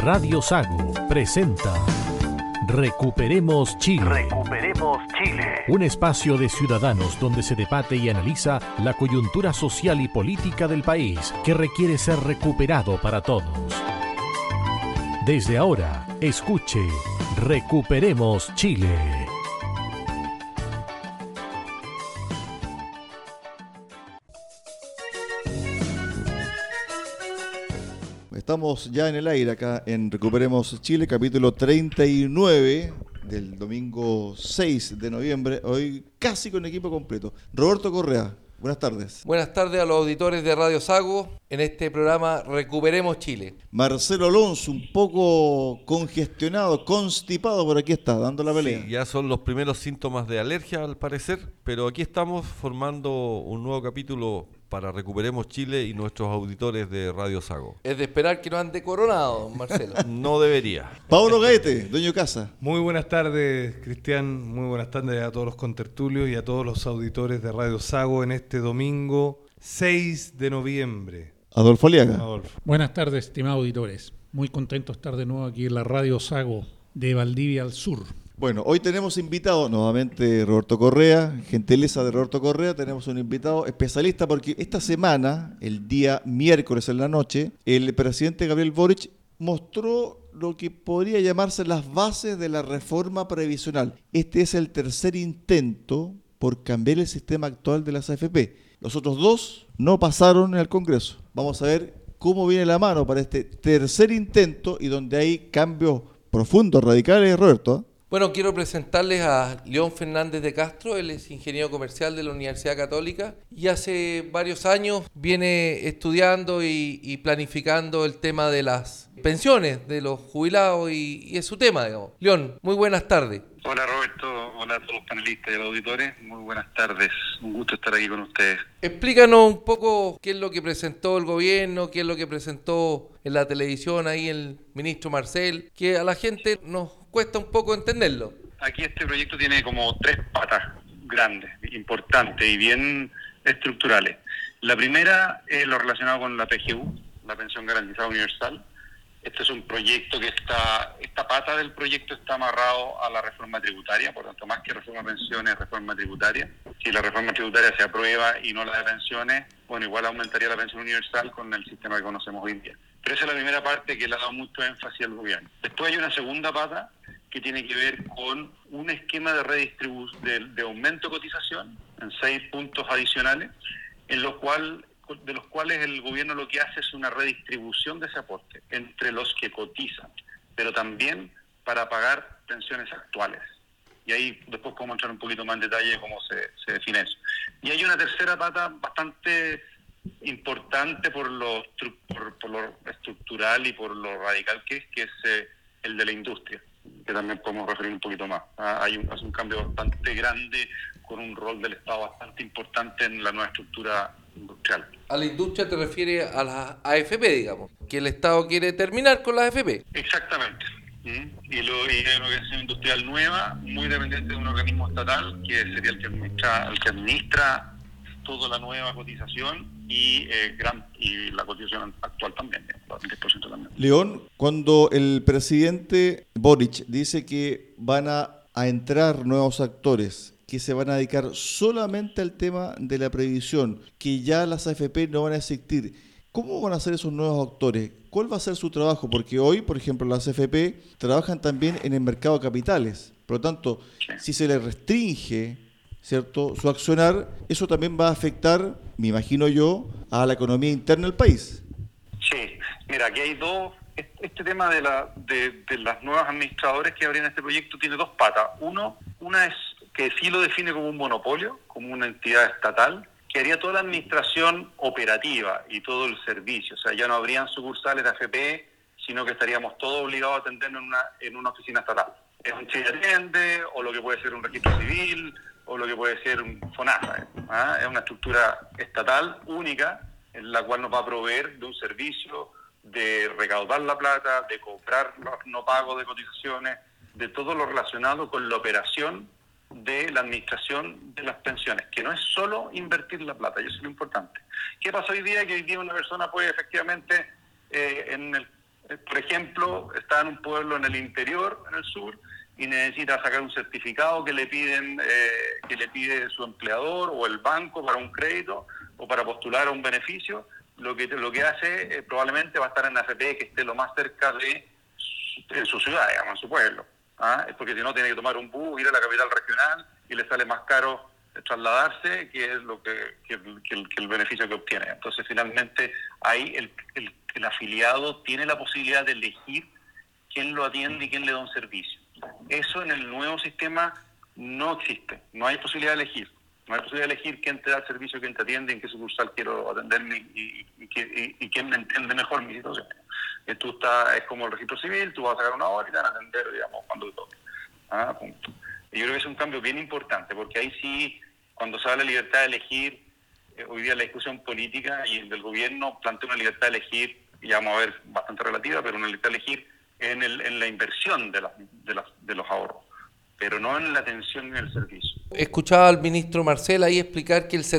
Radio Sago presenta Recuperemos Chile. Recuperemos Chile. Un espacio de ciudadanos donde se debate y analiza la coyuntura social y política del país que requiere ser recuperado para todos. Desde ahora, escuche Recuperemos Chile. Estamos ya en el aire acá en Recuperemos Chile, capítulo 39 del domingo 6 de noviembre, hoy casi con equipo completo. Roberto Correa, buenas tardes. Buenas tardes a los auditores de Radio Sago en este programa Recuperemos Chile. Marcelo Alonso, un poco congestionado, constipado, por aquí está, dando la pelea. Sí, ya son los primeros síntomas de alergia al parecer, pero aquí estamos formando un nuevo capítulo para Recuperemos Chile y nuestros auditores de Radio Sago. Es de esperar que no ande coronado, Marcelo. No debería. Pablo Gaete, dueño de casa. Muy buenas tardes, Cristian. Muy buenas tardes a todos los contertulios y a todos los auditores de Radio Sago en este domingo 6 de noviembre. Adolfo Aliaga. Adolfo. Buenas tardes, estimados auditores. Muy contento de estar de nuevo aquí en la Radio Sago de Valdivia al Sur. Bueno, hoy tenemos invitado nuevamente Roberto Correa, gentileza de Roberto Correa, tenemos un invitado especialista porque esta semana, el día miércoles en la noche, el presidente Gabriel Boric mostró lo que podría llamarse las bases de la reforma previsional. Este es el tercer intento por cambiar el sistema actual de las AFP. Los otros dos no pasaron en el Congreso. Vamos a ver cómo viene la mano para este tercer intento y donde hay cambios profundos, radicales, Roberto. Bueno, quiero presentarles a León Fernández de Castro. Él es ingeniero comercial de la Universidad Católica y hace varios años viene estudiando y planificando el tema de las pensiones de los jubilados y es su tema, digamos. León, muy buenas tardes. Hola Roberto, hola a todos los panelistas y los auditores, muy buenas tardes, un gusto estar aquí con ustedes. Explícanos un poco qué es lo que presentó el gobierno, qué es lo que presentó en la televisión ahí el ministro Marcel, que a la gente nos cuesta un poco entenderlo. Aquí este proyecto tiene como tres patas grandes, importantes y bien estructurales. La primera es lo relacionado con la PGU, la Pensión Garantizada Universal. Este es un proyecto que esta pata del proyecto está amarrado a la reforma tributaria, por tanto, más que reforma de pensiones, reforma tributaria. Si la reforma tributaria se aprueba y no la de pensiones, bueno, igual aumentaría la pensión universal con el sistema que conocemos hoy en día. Pero esa es la primera parte que le ha dado mucho énfasis al gobierno. Después hay una segunda pata que tiene que ver con un esquema de redistribución, de aumento de cotización en 6 puntos adicionales, de los cuales el gobierno lo que hace es una redistribución de ese aporte entre los que cotizan, pero también para pagar pensiones actuales. Y ahí después podemos entrar un poquito más en detalle de cómo se define eso. Y hay una tercera pata bastante importante por lo estructural y por lo radical que es el de la industria, que también podemos referir un poquito más. Hace un cambio bastante grande con un rol del Estado bastante importante en la nueva estructura industrial. A la industria te refiere a las AFP, digamos, que el Estado quiere terminar con las AFP. Exactamente. Y hay una organización industrial nueva, muy dependiente de un organismo estatal, que sería el que administra toda la nueva cotización y la cotización actual también, el 10% también. León, cuando el presidente Boric dice que van a entrar nuevos actores que se van a dedicar solamente al tema de la previsión, que ya las AFP no van a existir, ¿cómo van a ser esos nuevos actores? ¿Cuál va a ser su trabajo? Porque hoy, por ejemplo, las AFP trabajan también en el mercado de capitales. Por lo tanto, si se les restringe, ¿cierto?, su accionar, eso también va a afectar, me imagino yo, a la economía interna del país. Sí, mira, aquí hay dos. Este tema de las nuevas administradores que habrían este proyecto tiene dos patas. Una es que sí lo define como un monopolio, como una entidad estatal, que haría toda la administración operativa y todo el servicio. O sea, ya no habrían sucursales de AFP, sino que estaríamos todos obligados a atendernos en una oficina estatal. Es un Chile Atiende, o lo que puede ser un registro civil, o lo que puede ser un FONASA. Es una estructura estatal única en la cual nos va a proveer de un servicio, de recaudar la plata, de cobrar los no pagos de cotizaciones, de todo lo relacionado con la operación de la administración de las pensiones, que no es solo invertir la plata, y eso es lo importante. ¿Qué pasa hoy día? Que hoy día una persona puede efectivamente en Por ejemplo, está en un pueblo en el interior, en el sur, y necesita sacar un certificado que le pide su empleador o el banco para un crédito o para postular a un beneficio. Lo que hace probablemente va a estar en la AFP que esté lo más cerca de su ciudad, digamos, en su pueblo. Es porque si no tiene que tomar un bus, ir a la capital regional y le sale más caro trasladarse, que es lo que el beneficio que obtiene. Entonces, finalmente, ahí el afiliado tiene la posibilidad de elegir quién lo atiende y quién le da un servicio. Eso en el nuevo sistema no existe. No hay posibilidad de elegir. No hay posibilidad de elegir quién te da el servicio, quién te atiende, en qué sucursal quiero atenderme y quién me entiende mejor mi situación. Es como el registro civil, tú vas a sacar una hora y te van a atender, digamos, cuando te toque. Punto. Y yo creo que es un cambio bien importante, porque ahí sí, cuando se habla de libertad de elegir, hoy día la discusión política y del gobierno plantea una libertad de elegir, y vamos a ver, bastante relativa, pero una libertad de elegir en la inversión de los ahorros, pero no en la atención y en el servicio. Escuchaba al ministro Marcel ahí explicar que el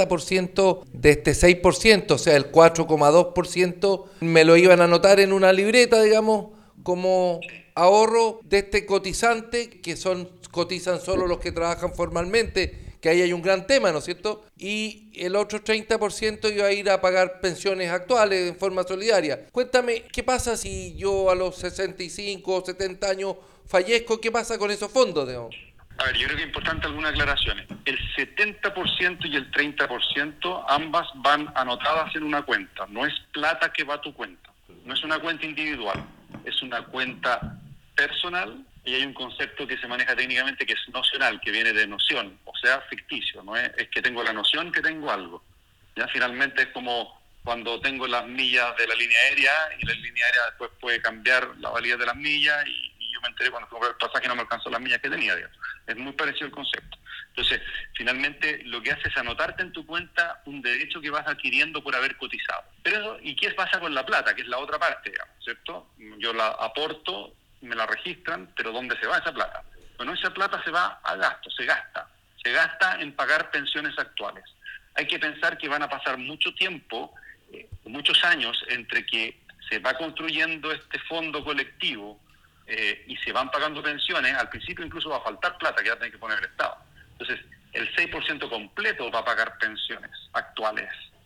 70% de este 6%, o sea, el 4,2%, me lo iban a anotar en una libreta, digamos, como ahorro de este cotizante, que cotizan solo los que trabajan formalmente, que ahí hay un gran tema, ¿no es cierto? Y el otro 30% iba a ir a pagar pensiones actuales en forma solidaria. Cuéntame, ¿qué pasa si yo a los 65 o 70 años fallezco? ¿Qué pasa con esos fondos, digamos? A ver, yo creo que es importante algunas aclaraciones. El 70% y el 30%, ambas van anotadas en una cuenta. No es plata que va a tu cuenta. No es una cuenta individual. Es una cuenta personal. Y hay un concepto que se maneja técnicamente que es nocional, que viene de noción, o sea, ficticio, ¿no? Es que tengo la noción que tengo algo. Ya finalmente es como cuando tengo las millas de la línea aérea y la línea aérea después puede cambiar la validez de las millas y yo me enteré cuando compré el pasaje no me alcanzó las millas que tenía, digamos. Es muy parecido el concepto. Entonces, finalmente lo que hace es anotarte en tu cuenta un derecho que vas adquiriendo por haber cotizado. Pero eso, ¿y qué pasa con la plata? Que es la otra parte, digamos, ¿cierto? Yo la aporto, me la registran, pero ¿dónde se va esa plata? Bueno, esa plata se va a gasto, se gasta en pagar pensiones actuales. Hay que pensar que van a pasar mucho tiempo, muchos años, entre que se va construyendo este fondo colectivo y se van pagando pensiones. Al principio incluso va a faltar plata que va a tener que poner el Estado. Entonces, el 6% completo va a pagar pensiones actuales.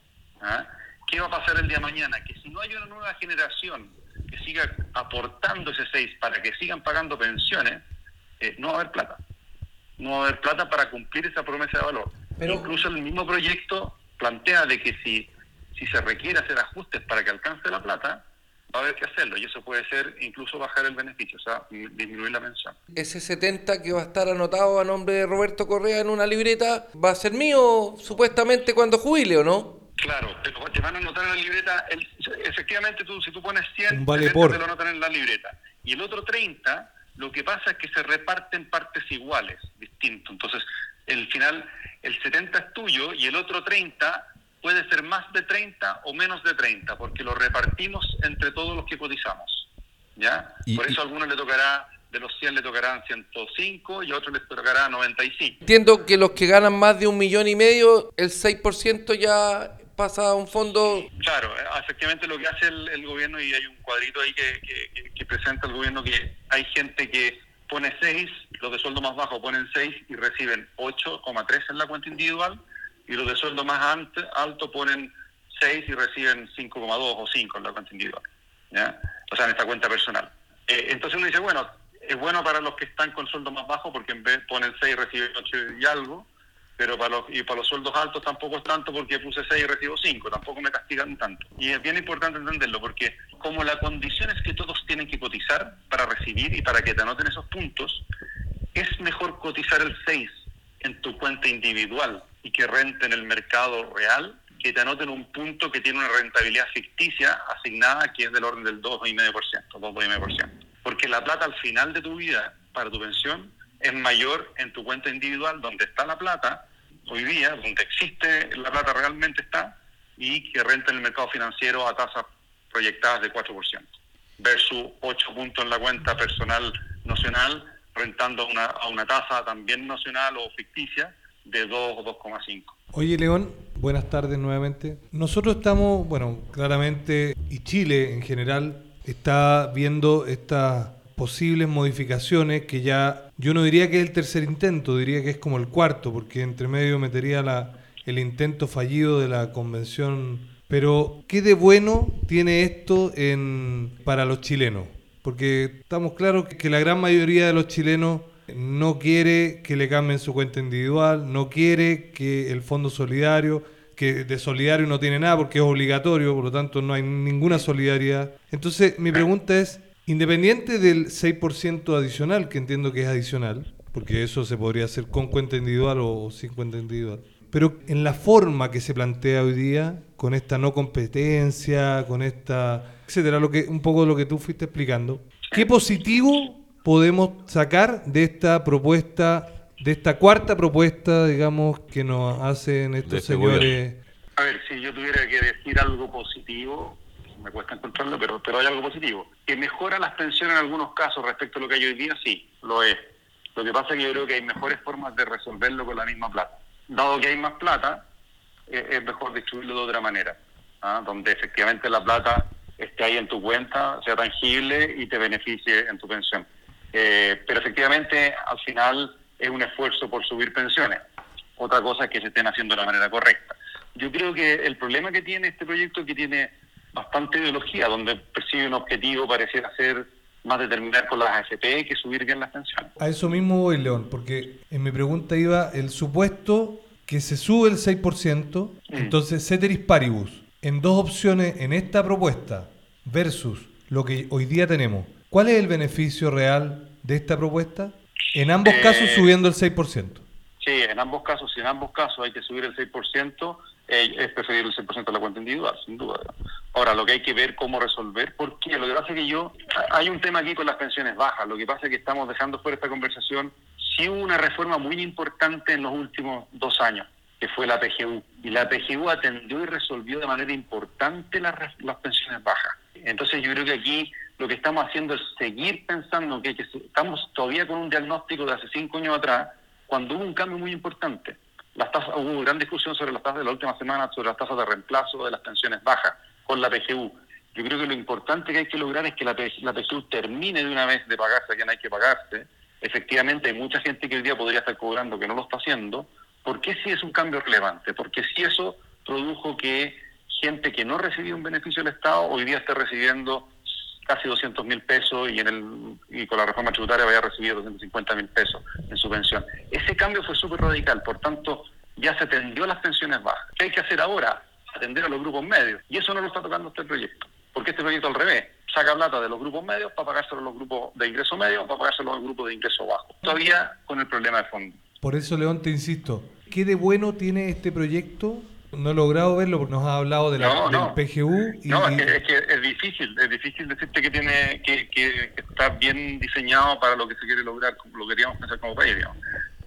¿Qué va a pasar el día de mañana? Que si no hay una nueva generación que siga aportando ese 6 para que sigan pagando pensiones, no va a haber plata. No va a haber plata para cumplir esa promesa de valor. Pero incluso el mismo proyecto plantea de que si se requiere hacer ajustes para que alcance la plata, va a haber que hacerlo. Y eso puede ser incluso bajar el beneficio, o sea, disminuir la pensión. Ese 70 que va a estar anotado a nombre de Roberto Correa en una libreta, ¿va a ser mío supuestamente cuando jubile o no? Claro, pero te van a anotar en la libreta, efectivamente si tú pones 100, vale te lo anotan en la libreta. Y el otro 30, lo que pasa es que se reparten partes iguales, distinto. Entonces, el final, el 70 es tuyo y el otro 30 puede ser más de 30 o menos de 30, porque lo repartimos entre todos los que cotizamos, ¿ya? Por eso a algunos le tocará, de los 100 le tocarán 105 y a otros les tocará 95. Entiendo que los que ganan más de 1,5 millones, el 6% ya pasa a un fondo. Claro, efectivamente lo que hace el gobierno, y hay un cuadrito ahí que presenta el gobierno, que hay gente que pone 6, los de sueldo más bajo ponen 6 y reciben 8,3 en la cuenta individual, y los de sueldo más alto ponen 6 y reciben 5,2 o 5 en la cuenta individual, ¿ya? O sea, en esta cuenta personal. Entonces uno dice, bueno, es bueno para los que están con sueldo más bajo porque en vez ponen 6 y reciben 8 y algo, pero para los sueldos altos tampoco es tanto porque puse 6 y recibo 5, tampoco me castigan tanto. Y es bien importante entenderlo porque como la condición es que todos tienen que cotizar para recibir y para que te anoten esos puntos, es mejor cotizar el 6 en tu cuenta individual y que rente en el mercado real, que te anoten un punto que tiene una rentabilidad ficticia asignada que es del orden del 2,5%. Porque la plata al final de tu vida para tu pensión es mayor en tu cuenta individual, donde está la plata hoy día, donde existe la plata realmente está, y que renta en el mercado financiero a tasas proyectadas de 4%, versus 8 puntos en la cuenta personal nacional, rentando a una tasa también nacional o ficticia de 2 o 2,5. Oye, León, buenas tardes nuevamente. Nosotros estamos, claramente, y Chile en general, está viendo estas posibles modificaciones que ya, yo no diría que es el tercer intento, diría que es como el cuarto, porque entre medio metería el intento fallido de la convención. Pero, ¿qué de bueno tiene esto para los chilenos? Porque estamos claros que la gran mayoría de los chilenos no quiere que le cambien su cuenta individual, no quiere que el fondo solidario, que de solidario no tiene nada porque es obligatorio, por lo tanto no hay ninguna solidaridad. Entonces, mi pregunta es, independiente del 6% adicional, que entiendo que es adicional, porque eso se podría hacer con cuenta individual o sin cuenta individual, pero en la forma que se plantea hoy día, con esta no competencia, con esta, etcétera, un poco lo que tú fuiste explicando, ¿qué positivo podemos sacar de esta propuesta, de esta cuarta propuesta, digamos, que nos hacen estos señores? A ver, si yo tuviera que decir algo positivo, me cuesta encontrarlo, pero hay algo positivo. Que mejora las pensiones en algunos casos respecto a lo que hay hoy día, sí, lo es. Lo que pasa es que yo creo que hay mejores formas de resolverlo con la misma plata. Dado que hay más plata, es mejor distribuirlo de otra manera, donde efectivamente la plata esté ahí en tu cuenta, sea tangible y te beneficie en tu pensión. Pero efectivamente, al final, es un esfuerzo por subir pensiones. Otra cosa es que se estén haciendo de la manera correcta. Yo creo que el problema que tiene este proyecto es que tiene bastante ideología, donde persigue un objetivo, pareciera ser más determinar con las AFP que subir bien las pensiones. A eso mismo voy, León, porque en mi pregunta iba el supuesto que se sube el 6%, entonces ceteris paribus, en dos opciones en esta propuesta versus lo que hoy día tenemos, ¿cuál es el beneficio real de esta propuesta? En ambos casos subiendo el 6%. Sí, en ambos casos, si en ambos casos hay que subir el 6%, es preferible el 6% de la cuenta individual, sin duda. Ahora, lo que hay que ver cómo resolver, porque lo que pasa es que hay un tema aquí con las pensiones bajas, lo que pasa es que estamos dejando fuera esta conversación, sí hubo una reforma muy importante en los últimos 2 años, que fue la PGU, y la PGU atendió y resolvió de manera importante las pensiones bajas. Entonces yo creo que aquí lo que estamos haciendo es seguir pensando que estamos todavía con un diagnóstico de hace 5 años atrás, cuando hubo un cambio muy importante. Hubo gran discusión sobre las tasas de la última semana, sobre las tasas de reemplazo de las pensiones bajas con la PGU. Yo creo que lo importante que hay que lograr es que la PGU termine de una vez de pagarse a quien hay que pagarse. Efectivamente, hay mucha gente que hoy día podría estar cobrando que no lo está haciendo. ¿Por qué sí es un cambio relevante? Porque sí eso produjo que gente que no recibía un beneficio del Estado hoy día esté recibiendo casi 200.000 pesos y con la reforma tributaria vaya a recibir 250.000 pesos en su pensión. Ese cambio fue súper radical, por tanto ya se atendió a las pensiones bajas. ¿Qué hay que hacer ahora? Atender a los grupos medios. Y eso no lo está tocando este proyecto, porque este proyecto al revés, saca plata de los grupos medios para pagárselo a los grupos de ingreso medio, para pagárselo a los grupos de ingreso bajo. Todavía con el problema de fondo. Por eso, León, te insisto, ¿qué de bueno tiene este proyecto? No he logrado verlo porque nos has hablado del PGU. Es que es difícil decirte que tiene que está bien diseñado para lo que se quiere lograr, lo que queríamos pensar como país, digamos.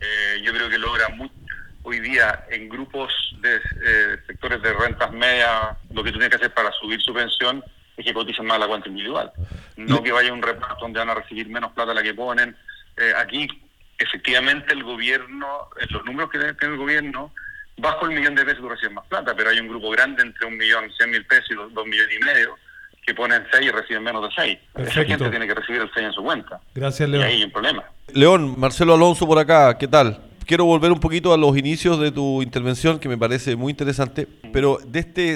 Yo creo que logra hoy día en grupos de sectores de rentas medias, lo que tú tienes que hacer para subir su pensión es que coticen más la cuenta individual, no que vaya a un reparto donde van a recibir menos plata la que ponen. Aquí, efectivamente, el gobierno, los números que tiene el gobierno, bajo el $1.000.000 tú recibes más plata, pero hay un grupo grande entre 1.100.000 pesos y 2,5 millones que ponen 6 y reciben menos de 6. Esa gente tiene que recibir el 6 en su cuenta. Gracias, León. Y ahí hay un problema. León, Marcelo Alonso por acá, ¿qué tal? Quiero volver un poquito a los inicios de tu intervención, que me parece muy interesante, pero de este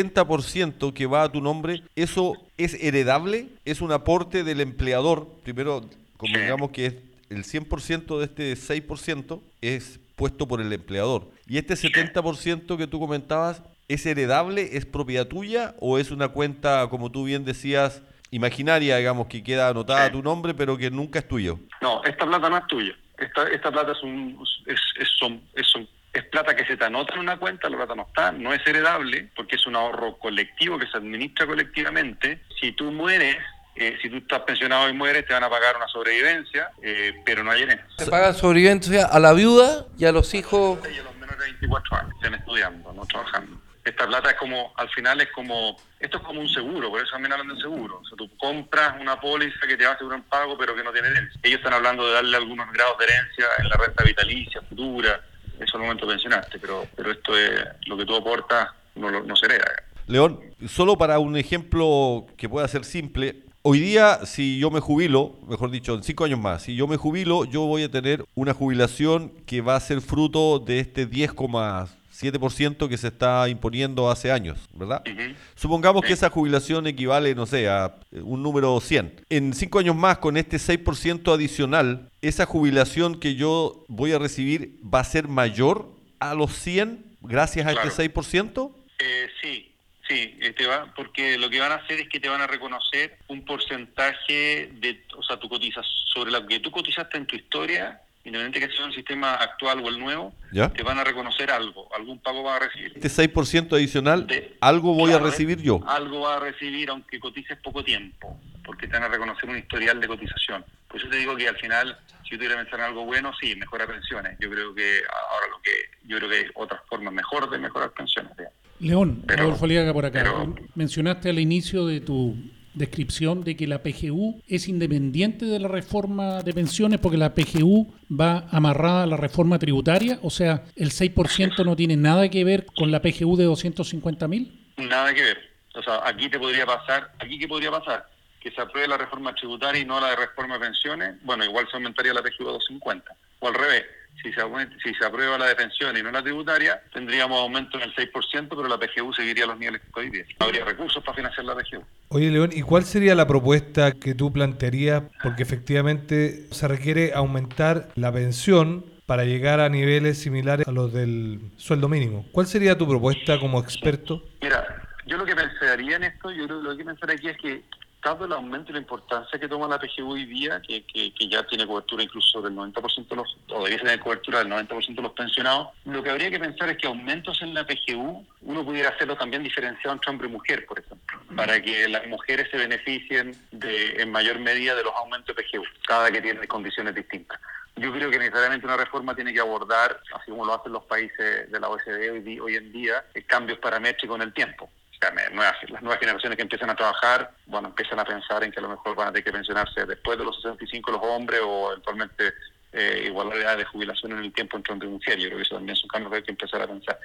70% que va a tu nombre, ¿eso es heredable? ¿Es un aporte del empleador? Primero, como digamos que es el 100% de este 6% es puesto por el empleador. Y este 70% que tú comentabas, ¿es heredable? ¿Es propiedad tuya? ¿O es una cuenta, como tú bien decías, imaginaria, digamos, que queda anotada a tu nombre, pero que nunca es tuyo? No, esta plata no es tuya. Esta plata es plata que se te anota en una cuenta, la plata no es heredable, porque es un ahorro colectivo que se administra colectivamente. Si tú mueres, si tú estás pensionado y mueres, te van a pagar una sobrevivencia, pero no hay herencia. Se pagan sobrevivencia a la viuda y a los hijos. Y a los menores de 24 años, están estudiando, no trabajando. Esta plata es como, al final esto es como un seguro, por eso también hablan de seguro. O sea, tú compras una póliza que te va a asegurar un pago, pero que no tiene herencia. Ellos están hablando de darle algunos grados de herencia en la renta vitalicia, futura, eso al momento pensionaste, pero esto es lo que tú aportas, no se hereda. León, solo para un ejemplo que pueda ser simple, Hoy día, si yo me jubilo, mejor dicho, en 5 años más, si yo me jubilo, yo voy a tener una jubilación que va a ser fruto de este 10,7% que se está imponiendo hace años, ¿verdad? Ujú. Supongamos Sí. que esa jubilación equivale, no sé, a un número 100. En 5 años más, con este 6% adicional, esa jubilación que yo voy a recibir va a ser mayor a los 100 gracias a Claro. este 6%. Sí, porque lo que van a hacer es que te van a reconocer un porcentaje o sea, tu cotizas sobre lo que tú cotizaste en tu historia, independientemente que sea el sistema actual o el nuevo, ¿Ya? te van a reconocer algún pago vas a recibir. Este 6% adicional, De- algo voy a Claro, recibir yo. Algo vas a recibir aunque cotices poco tiempo, porque te van a reconocer un historial de cotización. Por eso te digo que al final, si yo tuviera que pensar en algo bueno, sí, mejora pensiones. Yo creo que hay otras formas mejor de mejorar pensiones. Digamos. León, Pero- Rodolfo Aliaga por acá. pero- Mencionaste al inicio de tu descripción de que la PGU es independiente de la reforma de pensiones porque la PGU va amarrada a la reforma tributaria, o sea, el 6% no tiene nada que ver con la PGU de 250.000. Nada que ver. O sea, aquí qué podría pasar, que se apruebe la reforma tributaria y no la de reforma de pensiones, bueno, igual se aumentaría la PGU a 250. O al revés, si se aprueba la de pensiones y no la tributaria, tendríamos aumento en el 6%, pero la PGU seguiría los niveles que hoy día. No habría recursos para financiar la PGU. Oye, León, ¿y cuál sería la propuesta que tú plantearías? Porque efectivamente se requiere aumentar la pensión para llegar a niveles similares a los del sueldo mínimo. ¿Cuál sería tu propuesta como experto? Mira, yo lo que pensaría en esto, yo creo que lo que pensaría aquí es que, dado el aumento y la importancia que toma la PGU hoy día, que ya tiene cobertura incluso del 90% de los, o debería tener cobertura del 90% de los pensionados, lo que habría que pensar es que aumentos en la PGU, uno pudiera hacerlo también diferenciado entre hombre y mujer, por ejemplo, para que las mujeres se beneficien en mayor medida de los aumentos de PGU, cada que tiene condiciones distintas. Yo creo que necesariamente una reforma tiene que abordar, así como lo hacen los países de la OECD hoy en día, cambios paramétricos en el tiempo. O sea, las nuevas generaciones que empiezan a trabajar, bueno, empiezan a pensar en que a lo mejor van a tener que pensionarse después de los 65 los hombres o eventualmente igualdad de jubilación en el tiempo entre hombre y mujer. Yo creo que eso también son cambios que hay que empezar a pensar.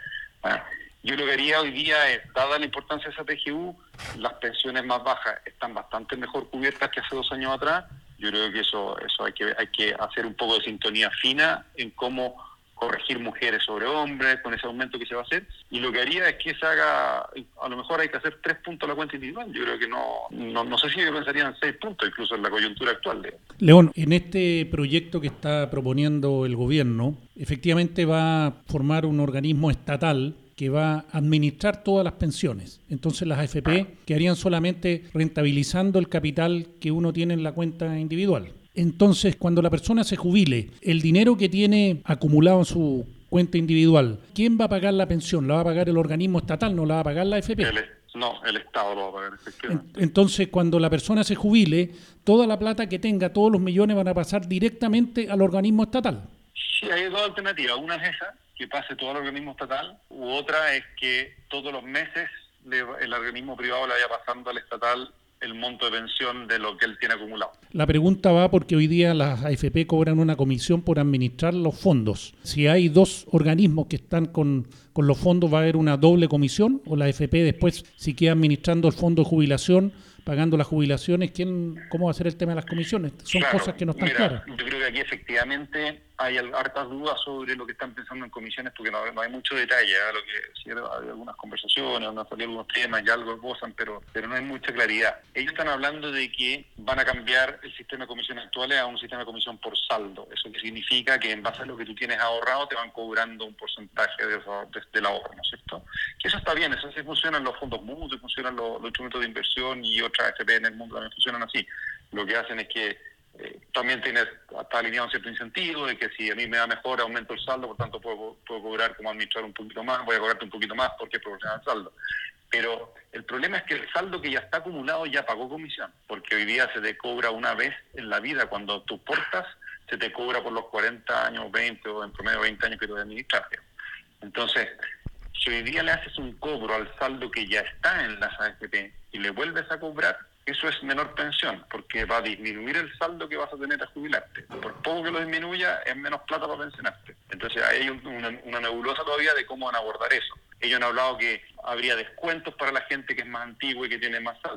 Yo lo que haría hoy día es, dada la importancia de esa PGU, las pensiones más bajas están bastante mejor cubiertas que hace 2 años atrás. Yo creo que eso hay que hacer un poco de sintonía fina en cómo corregir mujeres sobre hombres con ese aumento que se va a hacer, y lo que haría es que se haga, a lo mejor hay que hacer 3 puntos a la cuenta individual. Yo creo que no sé si yo pensaría en 6 puntos, incluso en la coyuntura actual. León, en este proyecto que está proponiendo el gobierno, efectivamente va a formar un organismo estatal que va a administrar todas las pensiones. Entonces las AFP quedarían solamente rentabilizando el capital que uno tiene en la cuenta individual. Entonces, cuando la persona se jubile, el dinero que tiene acumulado en su cuenta individual, ¿quién va a pagar la pensión? ¿La va a pagar el organismo estatal? ¿No la va a pagar la AFP? El Estado lo va a pagar, efectivamente. Entonces, cuando la persona se jubile, toda la plata que tenga, todos los millones van a pasar directamente al organismo estatal. Sí, hay 2 alternativas. Una es esa, que pase todo al organismo estatal, u otra es que todos los meses el organismo privado le vaya pasando al estatal el monto de pensión de lo que él tiene acumulado. La pregunta va porque hoy día las AFP cobran una comisión por administrar los fondos. Si hay 2 organismos que están con los fondos, ¿va a haber una doble comisión? ¿O la AFP después, si queda administrando el fondo de jubilación, pagando las jubilaciones, ¿cómo va a ser el tema de las comisiones? Son cosas que no están claras. Yo creo que aquí efectivamente hay hartas dudas sobre lo que están pensando en comisiones, porque no hay mucho detalle. Lo que sí hay algunas conversaciones, han salido algunos temas, ya algo esbozan, pero no hay mucha claridad. Ellos están hablando de que van a cambiar el sistema de comisiones actuales a un sistema de comisión por saldo. Eso que significa que en base a lo que tú tienes ahorrado te van cobrando un porcentaje del ahorro, ¿no es cierto? Que eso está bien, eso sí funcionan los fondos mutuos, funcionan los instrumentos de inversión y otras AFP en el mundo también funcionan así. Lo que hacen es que también está alineado un cierto incentivo de que si a mí me da mejor, aumento el saldo, por tanto puedo cobrar como administrador un poquito más, voy a cobrarte un poquito más porque es proporcional al saldo. Pero el problema es que el saldo que ya está acumulado ya pagó comisión, porque hoy día se te cobra una vez en la vida. Cuando tú portas, se te cobra por los 40 años, 20 o en promedio 20 años que tú administraste. Entonces, si hoy día le haces un cobro al saldo que ya está en las AFP y le vuelves a cobrar, eso es menor pensión, porque va a disminuir el saldo que vas a tener a jubilarte. Por poco que lo disminuya, es menos plata para pensionarte. Entonces hay una nebulosa todavía de cómo van a abordar eso. Ellos han hablado que habría descuentos para la gente que es más antigua y que tiene más saldo.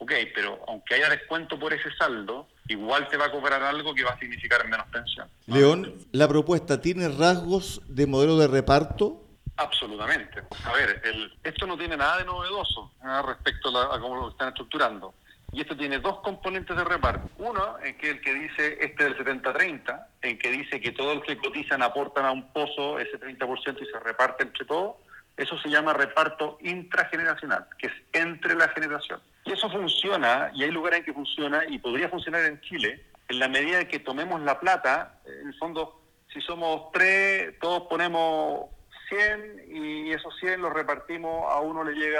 Ok, pero aunque haya descuento por ese saldo, igual te va a cobrar algo que va a significar menos pensión. León, ¿la propuesta tiene rasgos de modelo de reparto? Absolutamente. A ver, esto no tiene nada de novedoso respecto a cómo lo están estructurando. Y esto tiene dos componentes de reparto. Uno, en que el que dice del 70-30, en que dice que todos los que cotizan aportan a un pozo ese 30% y se reparte entre todos. Eso se llama reparto intrageneracional, que es entre la generación. Y eso funciona, y hay lugares en que funciona, y podría funcionar en Chile, en la medida en que tomemos la plata. En el fondo, si somos 3, todos ponemos 100, y esos 100 los repartimos, a uno le llega,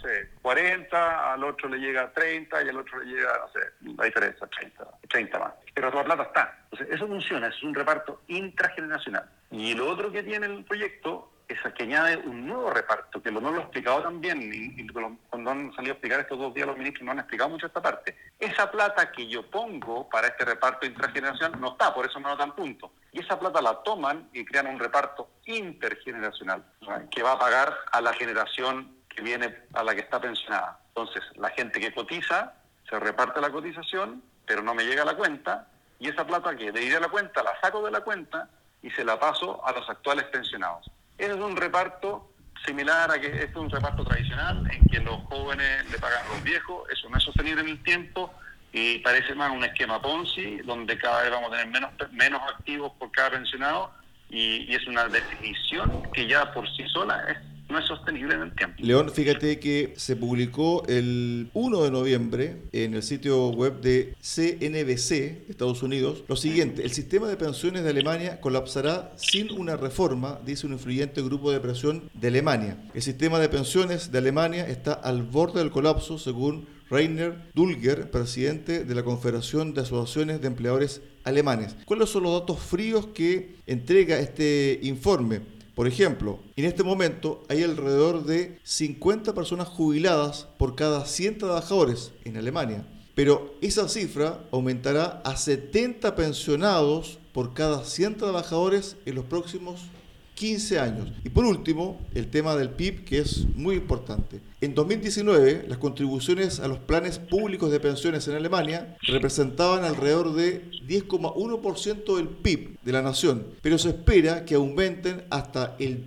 40, al otro le llega 30, y al otro le llega, la diferencia, 30 más. Pero toda la plata está. Entonces, eso funciona, es un reparto intrageneracional. Y lo otro que tiene el proyecto es que añade un nuevo reparto, que no lo he explicado también, y cuando han salido a explicar estos 2 días los ministros no han explicado mucho esta parte. Esa plata que yo pongo para este reparto intrageneracional no está, por eso me notan puntos. Y esa plata la toman y crean un reparto intergeneracional, ¿no?, que va a pagar a la generación que viene, a la que está pensionada. Entonces, la gente que cotiza, se reparte la cotización, pero no me llega a la cuenta, y esa plata que de ir a la cuenta, la saco de la cuenta y se la paso a los actuales pensionados. Ese es un reparto similar a que este es un reparto tradicional, en que los jóvenes le pagan a los viejos. Eso no es sostenible en el tiempo y parece más un esquema Ponzi, donde cada vez vamos a tener menos activos por cada pensionado, y es una definición que ya por sí sola no es sostenible en el tiempo. León, fíjate que se publicó el 1 de noviembre en el sitio web de CNBC, Estados Unidos, lo siguiente: el sistema de pensiones de Alemania colapsará sin una reforma, dice un influyente grupo de presión de Alemania. El sistema de pensiones de Alemania está al borde del colapso, según Rainer Dulger, presidente de la Confederación de Asociaciones de Empleadores Alemanes. ¿Cuáles son los datos fríos que entrega este informe? Por ejemplo, en este momento hay alrededor de 50 personas jubiladas por cada 100 trabajadores en Alemania, pero esa cifra aumentará a 70 pensionados por cada 100 trabajadores en los próximos 15 años. Y por último, el tema del PIB, que es muy importante. En 2019, las contribuciones a los planes públicos de pensiones en Alemania representaban alrededor de 10,1% del PIB de la nación, pero se espera que aumenten hasta el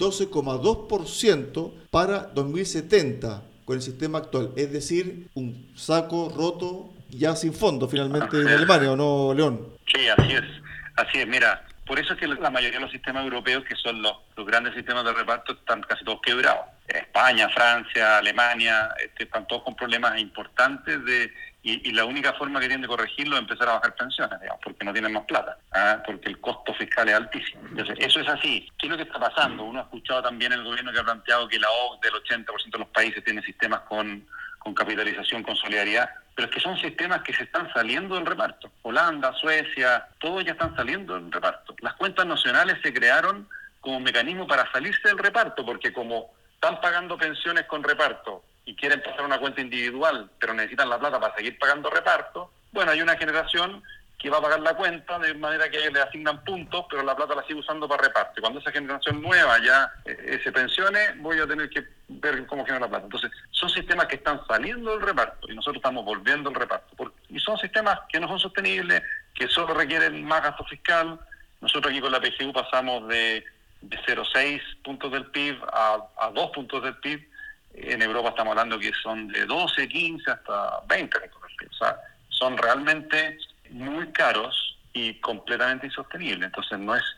12,2% para 2070 con el sistema actual. Es decir, un saco roto ya sin fondo finalmente en Alemania, ¿o no, León? Sí, así es, mira. Por eso es que la mayoría de los sistemas europeos, que son los grandes sistemas de reparto, están casi todos quebrados. España, Francia, Alemania, están todos con problemas importantes y la única forma que tienen de corregirlo es empezar a bajar pensiones, digamos, porque no tienen más plata, porque el costo fiscal es altísimo. Entonces, eso es así. ¿Qué es lo que está pasando? Uno ha escuchado también el gobierno que ha planteado que la OCDE del 80% de los países tiene sistemas con capitalización, con solidaridad, pero es que son sistemas que se están saliendo del reparto. Holanda, Suecia, todos ya están saliendo del reparto. Las cuentas nacionales se crearon como mecanismo para salirse del reparto, porque como están pagando pensiones con reparto y quieren pasar a una cuenta individual, pero necesitan la plata para seguir pagando reparto, bueno, hay una generación que va a pagar la cuenta de manera que ellos le asignan puntos, pero la plata la sigue usando para reparto. Y cuando esa generación nueva ya se pensione, voy a tener que ver cómo genera la plata. Entonces, son sistemas que están saliendo del reparto y nosotros estamos volviendo al reparto. Y son sistemas que no son sostenibles, que solo requieren más gasto fiscal. Nosotros aquí con la PGU pasamos de 0,6 puntos del PIB a 2 puntos del PIB. En Europa estamos hablando que son de 12, 15 hasta 20 puntos del PIB. O sea, son realmente muy caros y completamente insostenibles. Entonces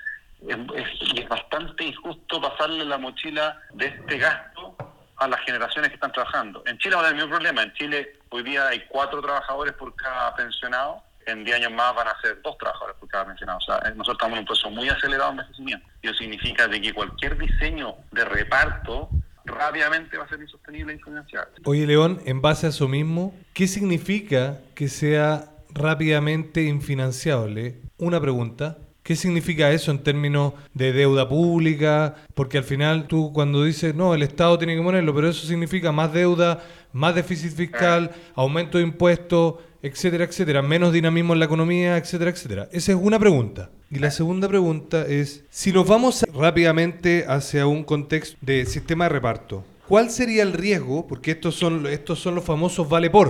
es bastante injusto pasarle la mochila de este gasto a las generaciones que están trabajando. En Chile va a haber el mismo problema. En Chile hoy día hay 4 trabajadores por cada pensionado. En 10 años más van a ser 2 trabajadores por cada pensionado. O sea, nosotros estamos en un proceso muy acelerado de envejecimiento. Y eso significa de que cualquier diseño de reparto rápidamente va a ser insostenible e infinanciable. Oye, León, en base a eso mismo, ¿qué significa que sea rápidamente infinanciable? Una pregunta: ¿qué significa eso en términos de deuda pública? Porque al final tú cuando dices, no, el Estado tiene que ponerlo, pero eso significa más deuda, más déficit fiscal, aumento de impuestos, etcétera, etcétera, menos dinamismo en la economía, etcétera, etcétera. Esa es una pregunta. Y la segunda pregunta es, si nos vamos rápidamente hacia un contexto de sistema de reparto, ¿cuál sería el riesgo? Porque estos son los famosos vale por.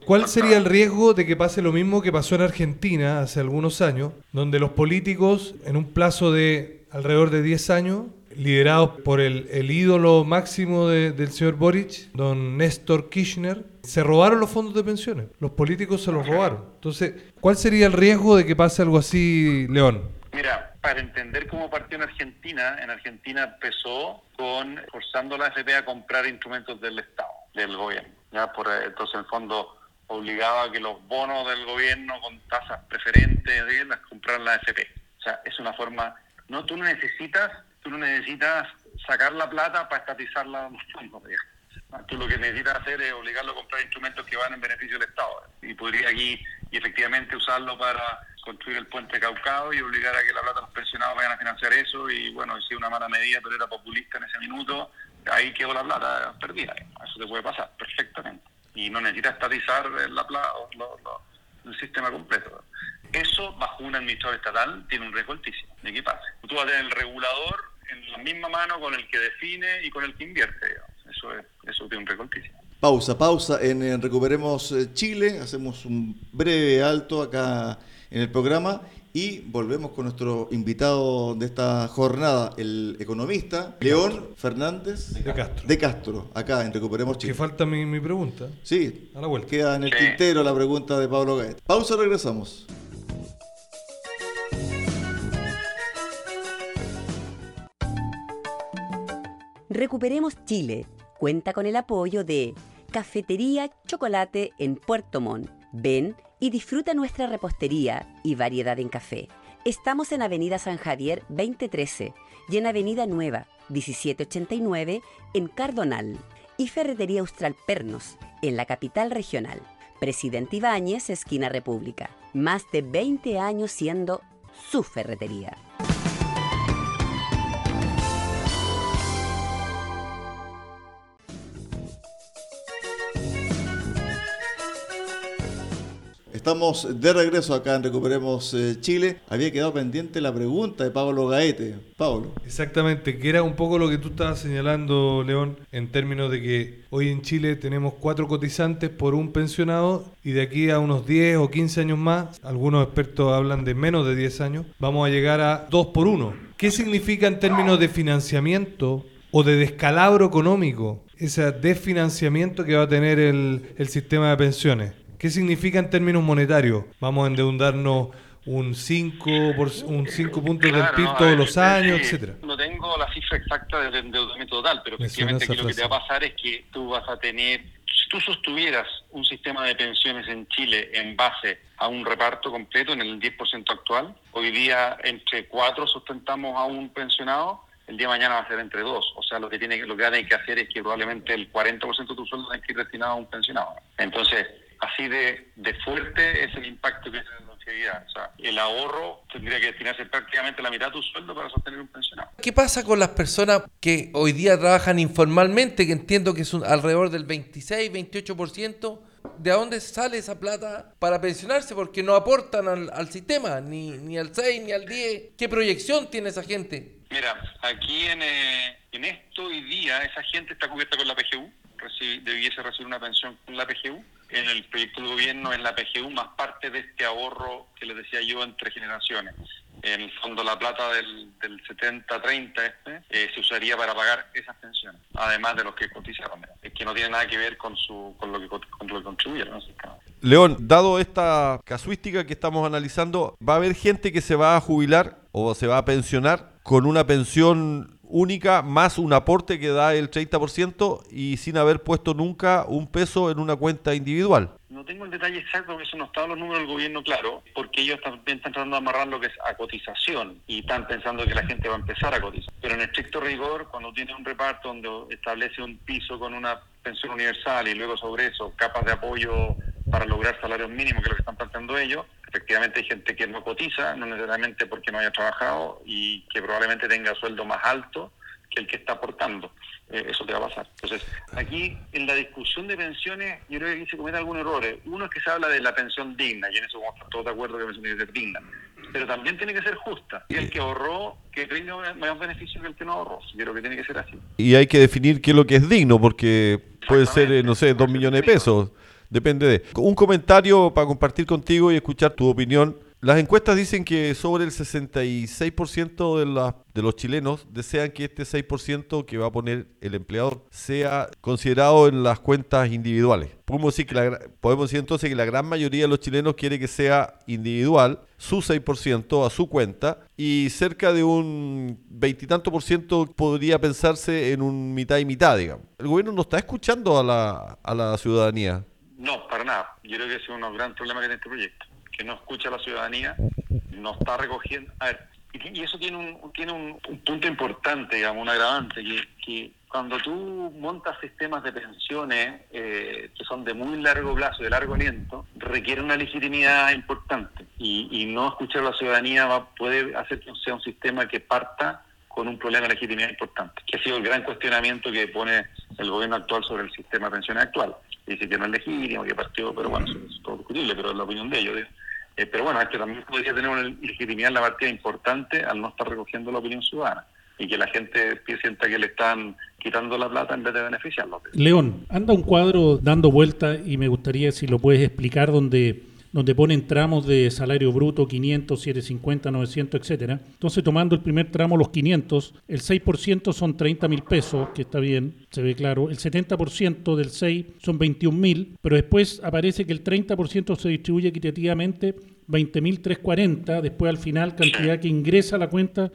¿Cuál sería el riesgo de que pase lo mismo que pasó en Argentina hace algunos años, donde los políticos, en un plazo de alrededor de 10 años, liderados por el ídolo máximo del señor Boric, don Néstor Kirchner, se robaron los fondos de pensiones? Los políticos se los robaron. Entonces, ¿cuál sería el riesgo de que pase algo así, León? Mira, para entender cómo partió en Argentina empezó con forzando a la AFP a comprar instrumentos del Estado, del gobierno. Entonces, en el fondo, obligaba a que los bonos del gobierno con tasas preferentes las compraran la AFP. O sea, es una forma... Tú no necesitas sacar la plata para estatizarla en los fondos, digamos. Tú lo que necesitas hacer es obligarlo a comprar instrumentos que van en beneficio del Estado. Y podría aquí efectivamente usarlo para construir el puente Caucao y obligar a que la plata de los pensionados vayan a financiar eso. Y bueno, sí, una mala medida, pero era populista en ese minuto. Ahí quedó la plata perdida. Eso te puede pasar perfectamente. Y no necesitas estatizar la plata, el sistema completo. Eso, bajo un administrador estatal, tiene un riesgo altísimo de que pase. Tú vas a tener el regulador en la misma mano con el que define y con el que invierte. Eso tiene un riesgo altísimo. Pausa en Recuperemos Chile. Hacemos un breve alto acá en el programa y volvemos con nuestro invitado de esta jornada, el economista León Fernández de Castro, acá en Recuperemos Chile. Que falta mi pregunta. Sí, a la vuelta. Queda en el tintero la pregunta de Pablo Gaete. Pausa, regresamos. Recuperemos Chile cuenta con el apoyo de Cafetería Chocolate en Puerto Montt. Ven y disfruta nuestra repostería y variedad en café. Estamos en Avenida San Javier 2013 y en Avenida Nueva 1789 en Cardonal. Y Ferretería Austral Pernos en la capital regional. Presidente Ibáñez, esquina República. Más de 20 años siendo su ferretería. Estamos de regreso acá en Recuperemos Chile. Había quedado pendiente la pregunta de Pablo Gaete. Pablo. Exactamente, que era un poco lo que tú estabas señalando, León, en términos de que hoy en Chile tenemos 4 cotizantes por un pensionado y de aquí a unos 10 o 15 años más, algunos expertos hablan de menos de 10 años, vamos a llegar a 2 por 1. ¿Qué significa en términos de financiamiento o de descalabro económico ese desfinanciamiento que va a tener el sistema de pensiones? ¿Qué significa en términos monetarios? ¿Vamos a endeudarnos un 5 puntos del PIB todos los años, etcétera? No tengo la cifra exacta del endeudamiento total, pero efectivamente aquí lo que te va a pasar es que tú vas a tener, si tú sostuvieras un sistema de pensiones en Chile en base a un reparto completo en el 10% actual, hoy día entre 4 sustentamos a un pensionado, el día de mañana va a ser entre 2. O sea, lo que van a tener que hacer es que probablemente el 40% de tu sueldo tenga que ir destinado a un pensionado. Entonces, así de fuerte es el impacto que tiene la longevidad. O sea, el ahorro tendría que destinarse prácticamente la mitad de tu sueldo para sostener un pensionado. ¿Qué pasa con las personas que hoy día trabajan informalmente, que entiendo que es alrededor del 26-28%? ¿De dónde sale esa plata para pensionarse? Porque no aportan al sistema, ni al 6, ni al 10. ¿Qué proyección tiene esa gente? Mira, aquí en esto hoy día esa gente está cubierta con la PGU, debiese recibir una pensión con la PGU. En el proyecto del gobierno, en la PGU, más parte de este ahorro que les decía yo entre generaciones. En el fondo, la plata del 70-30 se usaría para pagar esas pensiones, además de los que cotizaron. Es que no tiene nada que ver con lo que contribuyeron, ¿no? León, dado esta casuística que estamos analizando, ¿va a haber gente que se va a jubilar o se va a pensionar con una pensión única más un aporte que da el 30% y sin haber puesto nunca un peso en una cuenta individual? No tengo el detalle exacto porque eso no está en los números del gobierno, claro, porque ellos también están tratando de amarrar lo que es a cotización y están pensando que la gente va a empezar a cotizar. Pero en estricto rigor, cuando tiene un reparto donde establece un piso con una pensión universal y luego sobre eso capas de apoyo para lograr salarios mínimos, que es lo que están planteando ellos, efectivamente hay gente que no cotiza, no necesariamente porque no haya trabajado y que probablemente tenga sueldo más alto que el que está aportando. Eso te va a pasar. Entonces, aquí en la discusión de pensiones, yo creo que aquí se cometen algunos errores. Uno es que se habla de la pensión digna, y en eso vamos a estar todos de acuerdo que la pensión tiene que ser digna. Pero también tiene que ser justa. Y el que ahorró, que tenga más beneficio que el que no ahorró. Yo creo que tiene que ser así. Y hay que definir qué es lo que es digno, porque puede ser, no sé, 2 millones de pesos. depende de. Un comentario para compartir contigo y escuchar tu opinión. Las encuestas dicen que sobre el 66% de los chilenos desean que este 6% que va a poner el empleador sea considerado en las cuentas individuales. Podemos decir entonces que la gran mayoría de los chilenos quiere que sea individual, su 6% a su cuenta, y cerca de un 20 y tanto % podría pensarse en un mitad y mitad, digamos. El gobierno no está escuchando a la ciudadanía. No, para nada. Yo creo que ese es uno de los grandes problemas que tiene este proyecto, que no escucha a la ciudadanía, no está recogiendo. A ver, y eso tiene un punto importante, digamos, un agravante, que cuando tú montas sistemas de pensiones que son de muy largo plazo, de largo aliento, requiere una legitimidad importante, y no escuchar a la ciudadanía puede hacer que sea un sistema que parta con un problema de legitimidad importante, que ha sido el gran cuestionamiento que pone el gobierno actual sobre el sistema de pensiones actual. Dice que no es legítimo, que partió, pero bueno, eso es todo discutible, pero es la opinión de ellos. Pero bueno, este también podría tener una legitimidad en la partida importante al no estar recogiendo la opinión ciudadana y que la gente sienta que le están quitando la plata en vez de beneficiarlo. León, anda un cuadro dando vuelta y me gustaría si lo puedes explicar donde ponen tramos de salario bruto, 500, 750, 900, etcétera. Entonces, tomando el primer tramo, los 500, el 6% son 30.000 pesos, que está bien, se ve claro. El 70% del 6 son 21.000, pero después aparece que el 30% se distribuye equitativamente, 20.340, después al final cantidad que ingresa a la cuenta,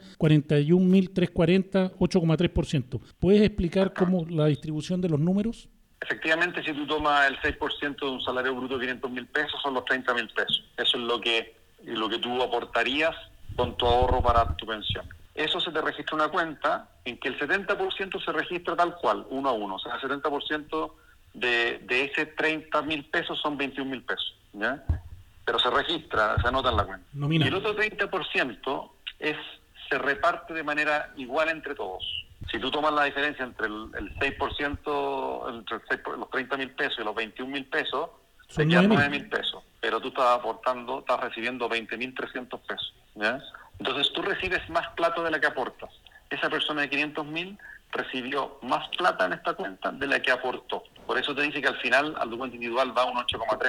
41.340, 8,3%. ¿Puedes explicar cómo la distribución de los números? Efectivamente, si tú tomas el 6% de un salario bruto de 500.000 pesos, son los 30.000 pesos. Eso es lo que tú aportarías con tu ahorro para tu pensión. Eso se te registra una cuenta en que el 70% se registra tal cual, 1 a 1. O sea, el 70% de ese 30.000 pesos son 21.000 pesos, ¿ya? Pero se registra, se anota en la cuenta. Nominal. Y el otro 30% se reparte de manera igual entre todos. Si tú tomas la diferencia entre el 6%, entre los 30.000 pesos y los 21.000 pesos, te quedan 9.000 pesos. Pero tú estás recibiendo 20.300 pesos, ¿ya? Entonces tú recibes más plata de la que aportas. Esa persona de 500.000 recibió más plata en esta cuenta de la que aportó. Por eso te dice que al final al tu cuenta individual va un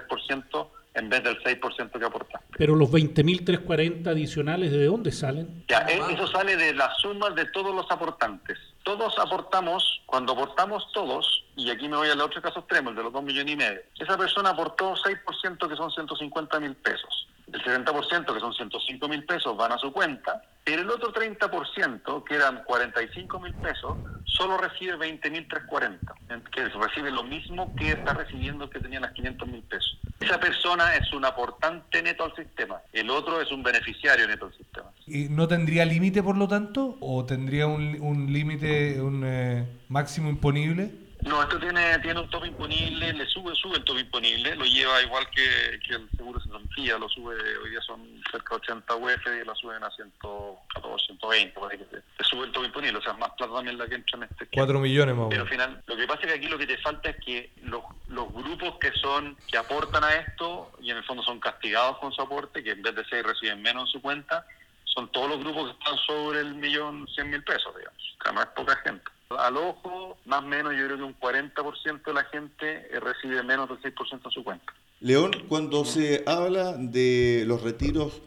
8,3% en vez del 6% que aportaste. Pero los 20.340 adicionales, ¿de dónde salen? Ya, eso sale de la suma de todos los aportantes. Todos aportamos, cuando aportamos todos, y aquí me voy al otro caso extremo, el de los 2,5 millones, esa persona aportó 6%, que son 150.000 pesos. El 70%, que son 105.000 pesos, van a su cuenta, pero el otro 30%, que eran 45.000 pesos, solo recibe 20.340, que recibe lo mismo que está recibiendo el que tenía las 500.000 pesos. Esa persona es un aportante neto al sistema, el otro es un beneficiario neto al sistema. ¿Y no tendría límite, por lo tanto? ¿O tendría un límite, un máximo imponible? No, esto tiene un tope imponible, le sube el tope imponible, lo lleva igual que el seguro de cesantía, lo sube, hoy día son cerca de 80 UF y lo suben a 114, 120, por ahí que se sube el tope imponible, o sea, más plata también la que entra en este esquema. 4 millones más o menos. Pero al final, lo que pasa es que aquí lo que te falta es que los grupos que aportan a esto, y en el fondo son castigados con su aporte, que en vez de 6 reciben menos en su cuenta, son todos los grupos que están sobre el 1.100.000 pesos, digamos, que no es poca gente. Al ojo, más o menos, yo creo que un 40% de la gente recibe menos del 6% en su cuenta. León, cuando se habla de los retiros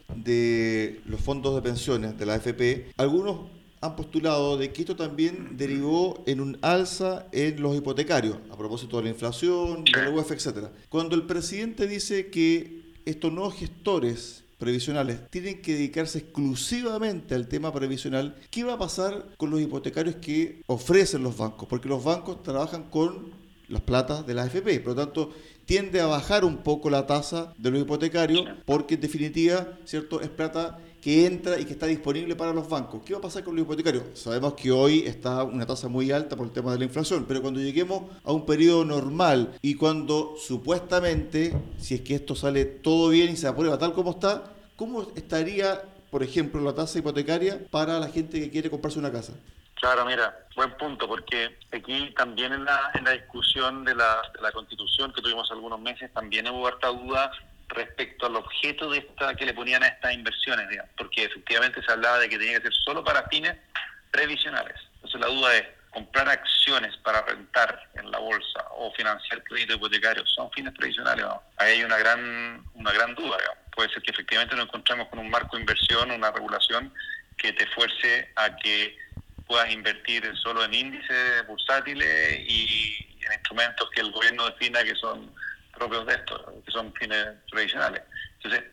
de los fondos de pensiones de la AFP, algunos han postulado de que esto también derivó en un alza en los hipotecarios, a propósito de la inflación, de la UEF, etcétera. Cuando el presidente dice que estos nuevos gestores previsionales tienen que dedicarse exclusivamente al tema previsional, ¿qué va a pasar con los hipotecarios que ofrecen los bancos? Porque los bancos trabajan con las platas de la AFP, por lo tanto tiende a bajar un poco la tasa de los hipotecarios porque en definitiva, ¿cierto?, es plata que entra y que está disponible para los bancos. ¿Qué va a pasar con los hipotecarios? Sabemos que hoy está una tasa muy alta por el tema de la inflación, pero cuando lleguemos a un periodo normal y cuando supuestamente, si es que esto sale todo bien y se aprueba tal como está, ¿cómo estaría, por ejemplo, la tasa hipotecaria para la gente que quiere comprarse una casa? Claro, mira, buen punto, porque aquí también en la discusión de la Constitución que tuvimos algunos meses, también hubo harta duda respecto al objeto de esta que le ponían a estas inversiones, digamos, porque efectivamente se hablaba de que tenía que ser solo para fines previsionales. Entonces la duda es, comprar acciones para rentar en la bolsa o financiar crédito hipotecario son fines previsionales, ¿no? Ahí hay una gran duda, digamos. Puede ser que efectivamente nos encontremos con un marco de inversión, una regulación que te fuerce a que puedas invertir solo en índices bursátiles y en instrumentos que el gobierno defina que son propios de esto, que son fines previsionales. Entonces,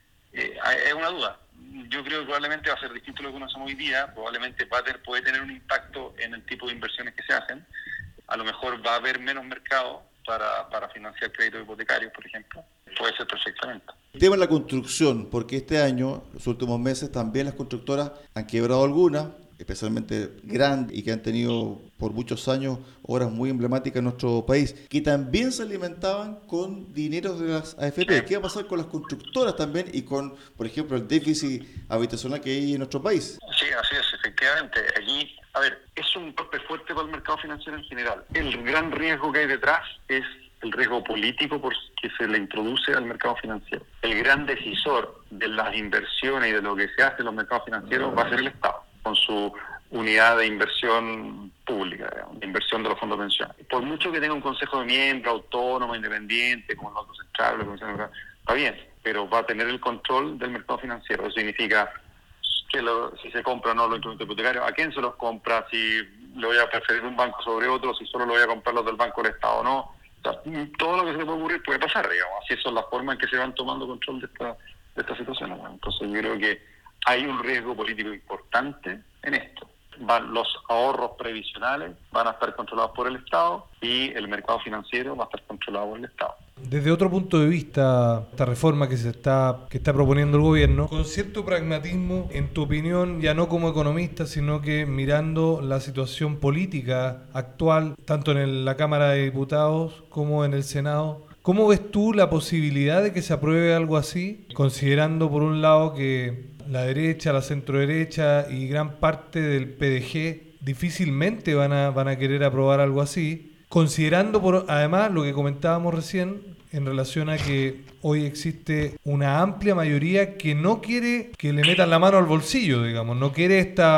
es una duda. Yo creo que probablemente va a ser distinto a lo que conocemos hoy día, probablemente puede tener un impacto en el tipo de inversiones que se hacen, a lo mejor va a haber menos mercado para financiar créditos hipotecarios, por ejemplo, puede ser perfectamente. El tema de la construcción, porque este año, los últimos meses, también las constructoras han quebrado algunas, especialmente grandes y que han tenido por muchos años obras muy emblemáticas en nuestro país, que también se alimentaban con dineros de las AFP. ¿Qué va a pasar con las constructoras también y con, por ejemplo, el déficit habitacional que hay en nuestro país? Sí, así es, efectivamente. Allí, a ver, es un golpe fuerte para el mercado financiero en general. El gran riesgo que hay detrás es el riesgo político que se le introduce al mercado financiero. El gran decisor de las inversiones y de lo que se hace en los mercados financieros va a ser el Estado, con su unidad de inversión pública, digamos, de inversión de los fondos de pensiones. Por mucho que tenga un consejo de miembros autónomo, independiente, como el Banco Central, la Comisión Europea, está bien, pero va a tener el control del mercado financiero. Eso significa que si se compra o no los instrumentos hipotecarios, a quién se los compra, si le voy a preferir un banco sobre otro, si solo lo voy a comprar los del Banco del Estado o no. O sea, todo lo que se le puede ocurrir puede pasar, digamos. Así son las formas en que se van tomando control de esta situación. Bueno, entonces yo creo que hay un riesgo político importante en esto. Los ahorros previsionales van a estar controlados por el Estado y el mercado financiero va a estar controlado por el Estado. Desde otro punto de vista, esta reforma que está proponiendo el gobierno, con cierto pragmatismo, en tu opinión, ya no como economista, sino que mirando la situación política actual, tanto en la Cámara de Diputados como en el Senado, ¿cómo ves tú la posibilidad de que se apruebe algo así, considerando por un lado que la derecha, la centroderecha y gran parte del PDG difícilmente van a querer aprobar algo así? Considerando además lo que comentábamos recién en relación a que hoy existe una amplia mayoría que no quiere que le metan la mano al bolsillo, digamos, no quiere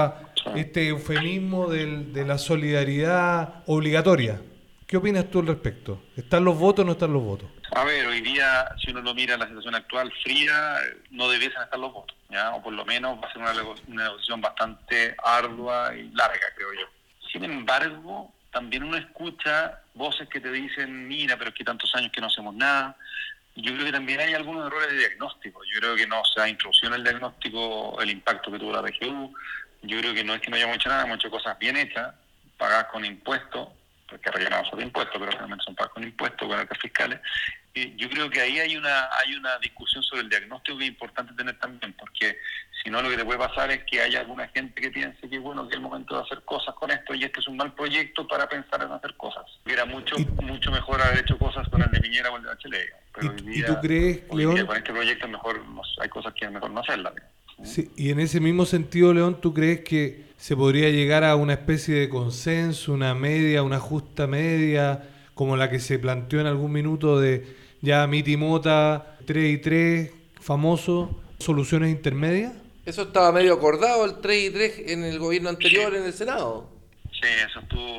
este eufemismo de la solidaridad obligatoria. ¿Qué opinas tú al respecto? ¿Están los votos o no están los votos? A ver, hoy día, si uno lo mira en la situación actual fría, no debiesen estar los votos, ¿ya? O por lo menos va a ser una negociación bastante ardua y larga, creo yo. Sin embargo, también uno escucha voces que te dicen, mira, pero es que tantos años que no hacemos nada. Yo creo que también hay algunos errores de diagnóstico. Yo creo que no se ha introducido en el diagnóstico el impacto que tuvo la PGU. Yo creo que no es que no hayamos hecho nada, hemos hecho cosas bien hechas, pagadas con impuestos, porque rellenamos de impuestos, pero realmente son pagadas con impuestos, con arcas fiscales. Yo creo que ahí hay una discusión sobre el diagnóstico que es importante tener también, porque si no, lo que te puede pasar es que haya alguna gente que piense que bueno, que es el momento de hacer cosas con esto y este es un mal proyecto para pensar en hacer cosas. Era mucho mejor haber hecho cosas con el de Piñera o el de Bachelet. Pero hoy día, ¿y tú crees, León? Con este proyecto hay cosas que es mejor no hacerlas. Sí, y en ese mismo sentido, León, ¿tú crees que se podría llegar a una especie de consenso, una justa media, como la que se planteó en algún minuto de ya Miti Mota, 3 y 3, famoso, soluciones intermedias? Eso estaba medio acordado, el 3 y 3 en el gobierno anterior, en el Senado. Sí, eso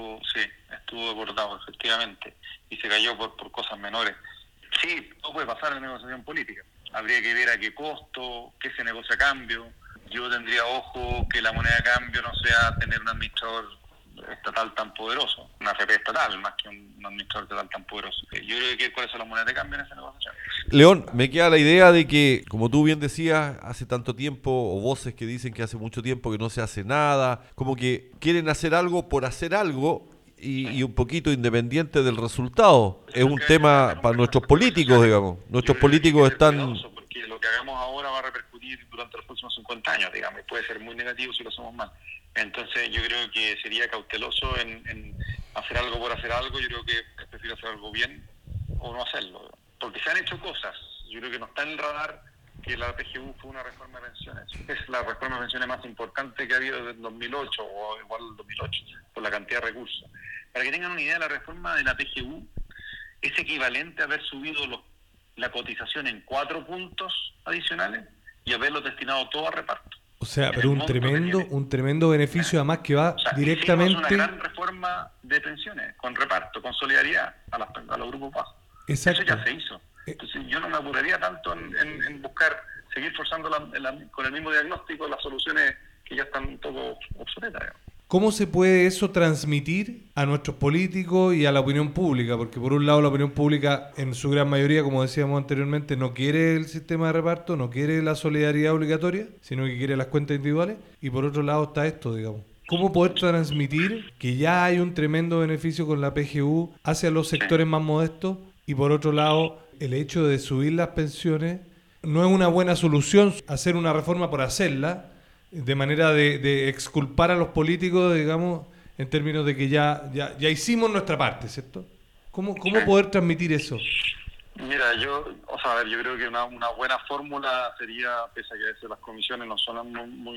estuvo acordado, efectivamente, y se cayó por cosas menores. Sí, todo puede pasar en la negociación política. Habría que ver a qué costo, qué se negocia a cambio. Yo tendría ojo que la moneda de cambio no sea tener un administrador estatal tan poderoso, una AFP estatal más que un administrador estatal tan poderoso. Yo creo que cuáles son las monedas de cambio en esa negociación. León, me queda la idea de que, como tú bien decías, hace tanto tiempo, o voces que dicen que hace mucho tiempo que no se hace nada, como que quieren hacer algo por hacer algo y un poquito independiente del resultado. Es un tema para nuestros políticos, digamos. Nuestros políticos están... Porque lo que hagamos ahora va a repercutir durante los próximos 50 años, digamos, y puede ser muy negativo si lo hacemos mal. Entonces yo creo que sería cauteloso en hacer algo por hacer algo. Yo creo que es preferible hacer algo bien o no hacerlo. Porque se han hecho cosas. Yo creo que no está en el radar que la PGU fue una reforma de pensiones. Es la reforma de pensiones más importante que ha habido desde el 2008 o igual el 2008, por la cantidad de recursos. Para que tengan una idea, la reforma de la PGU es equivalente a haber subido la cotización en 4 puntos adicionales y haberlo destinado todo a reparto. O sea, pero un tremendo beneficio además que va directamente... Hicimos una gran reforma de pensiones, con reparto, con solidaridad a los grupos bajos. Exacto. Eso ya se hizo. Entonces yo no me apuraría tanto en buscar, seguir forzando con el mismo diagnóstico las soluciones que ya están un poco obsoletas. ¿Cómo se puede eso transmitir a nuestros políticos y a la opinión pública? Porque por un lado la opinión pública en su gran mayoría, como decíamos anteriormente, no quiere el sistema de reparto, no quiere la solidaridad obligatoria, sino que quiere las cuentas individuales. Y por otro lado está esto, digamos. ¿Cómo poder transmitir que ya hay un tremendo beneficio con la PGU hacia los sectores más modestos? Y por otro lado, el hecho de subir las pensiones no es una buena solución hacer una reforma por hacerla, de manera de exculpar a los políticos, digamos, en términos de que ya hicimos nuestra parte, ¿cierto? ¿Cómo poder transmitir eso? Mira, yo creo que una buena fórmula sería, pese a que a veces las comisiones no suenan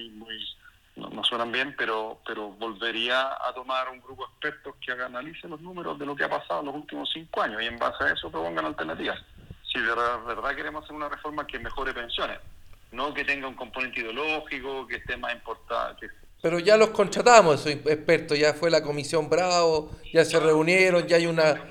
no suenan bien, pero volvería a tomar un grupo de expertos que analice los números de lo que ha pasado en los últimos 5 años y en base a eso propongan alternativas. Si de verdad queremos hacer una reforma que mejore pensiones, no que tenga un componente ideológico, que esté más importante. Pero ya los contratamos, esos expertos, ya fue la Comisión Bravo, ya se reunieron, ya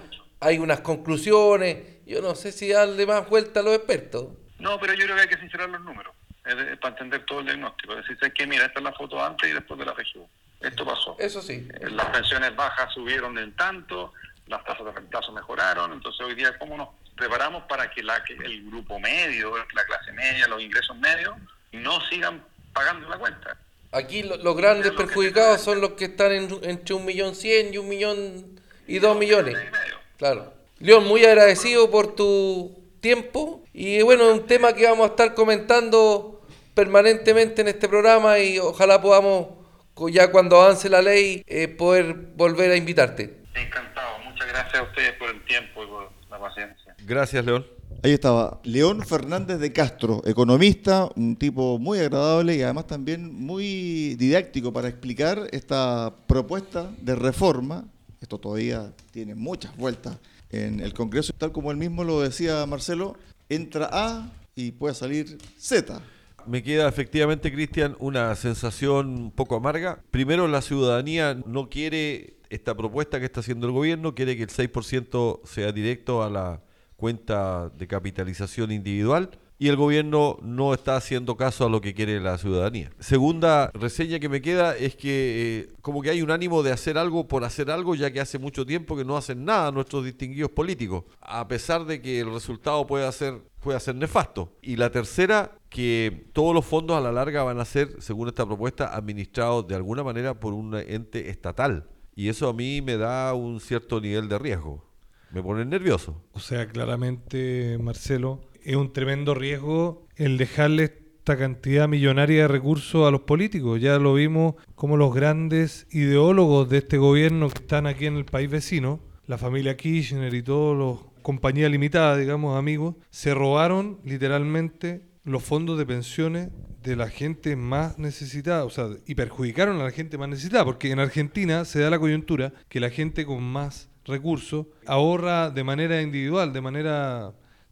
hay unas conclusiones. Yo no sé si darle más vuelta a los expertos. No, pero yo creo que hay que sincerar los números, para entender todo el diagnóstico. Es decir, que mira, esta es la foto antes y después de la PGU. Esto pasó. Eso sí. Las pensiones bajas subieron en tanto, las tasas de reemplazo mejoraron, entonces hoy día, ¿cómo nos preparamos para que el grupo medio, la clase media, los ingresos medios, no sigan pagando la cuenta? Aquí los grandes perjudicados son los que están entre 1.100.000 y 1.000.000 y 2 millones. Claro. León, muy agradecido por tu tiempo y bueno, es un tema que vamos a estar comentando permanentemente en este programa y ojalá podamos, ya cuando avance la ley, poder volver a invitarte. Encantado. Muchas gracias a ustedes por el tiempo y por la paciencia. Gracias, León. Ahí estaba León Fernández de Castro, economista, un tipo muy agradable y además también muy didáctico para explicar esta propuesta de reforma. Esto todavía tiene muchas vueltas en el Congreso, tal como él mismo lo decía Marcelo, entra A y puede salir Z. Me queda efectivamente, Cristian, una sensación un poco amarga. Primero, la ciudadanía no quiere esta propuesta que está haciendo el gobierno, quiere que el 6% sea directo a la cuenta de capitalización individual y el gobierno no está haciendo caso a lo que quiere la ciudadanía. Segunda reseña que me queda es que como que hay un ánimo de hacer algo por hacer algo, ya que hace mucho tiempo que no hacen nada nuestros distinguidos políticos, a pesar de que el resultado puede ser nefasto. Y la tercera, que todos los fondos a la larga van a ser, según esta propuesta, administrados de alguna manera por un ente estatal. Y eso a mí me da un cierto nivel de riesgo. Me pone nervioso. O sea, claramente, Marcelo, es un tremendo riesgo el dejarle esta cantidad millonaria de recursos a los políticos. Ya lo vimos como los grandes ideólogos de este gobierno que están aquí en el país vecino, la familia Kirchner y todos los compañías limitadas, digamos, amigos, se robaron literalmente los fondos de pensiones de la gente más necesitada, o sea, y perjudicaron a la gente más necesitada, porque en Argentina se da la coyuntura que la gente con más recursos ahorra de manera individual, de manera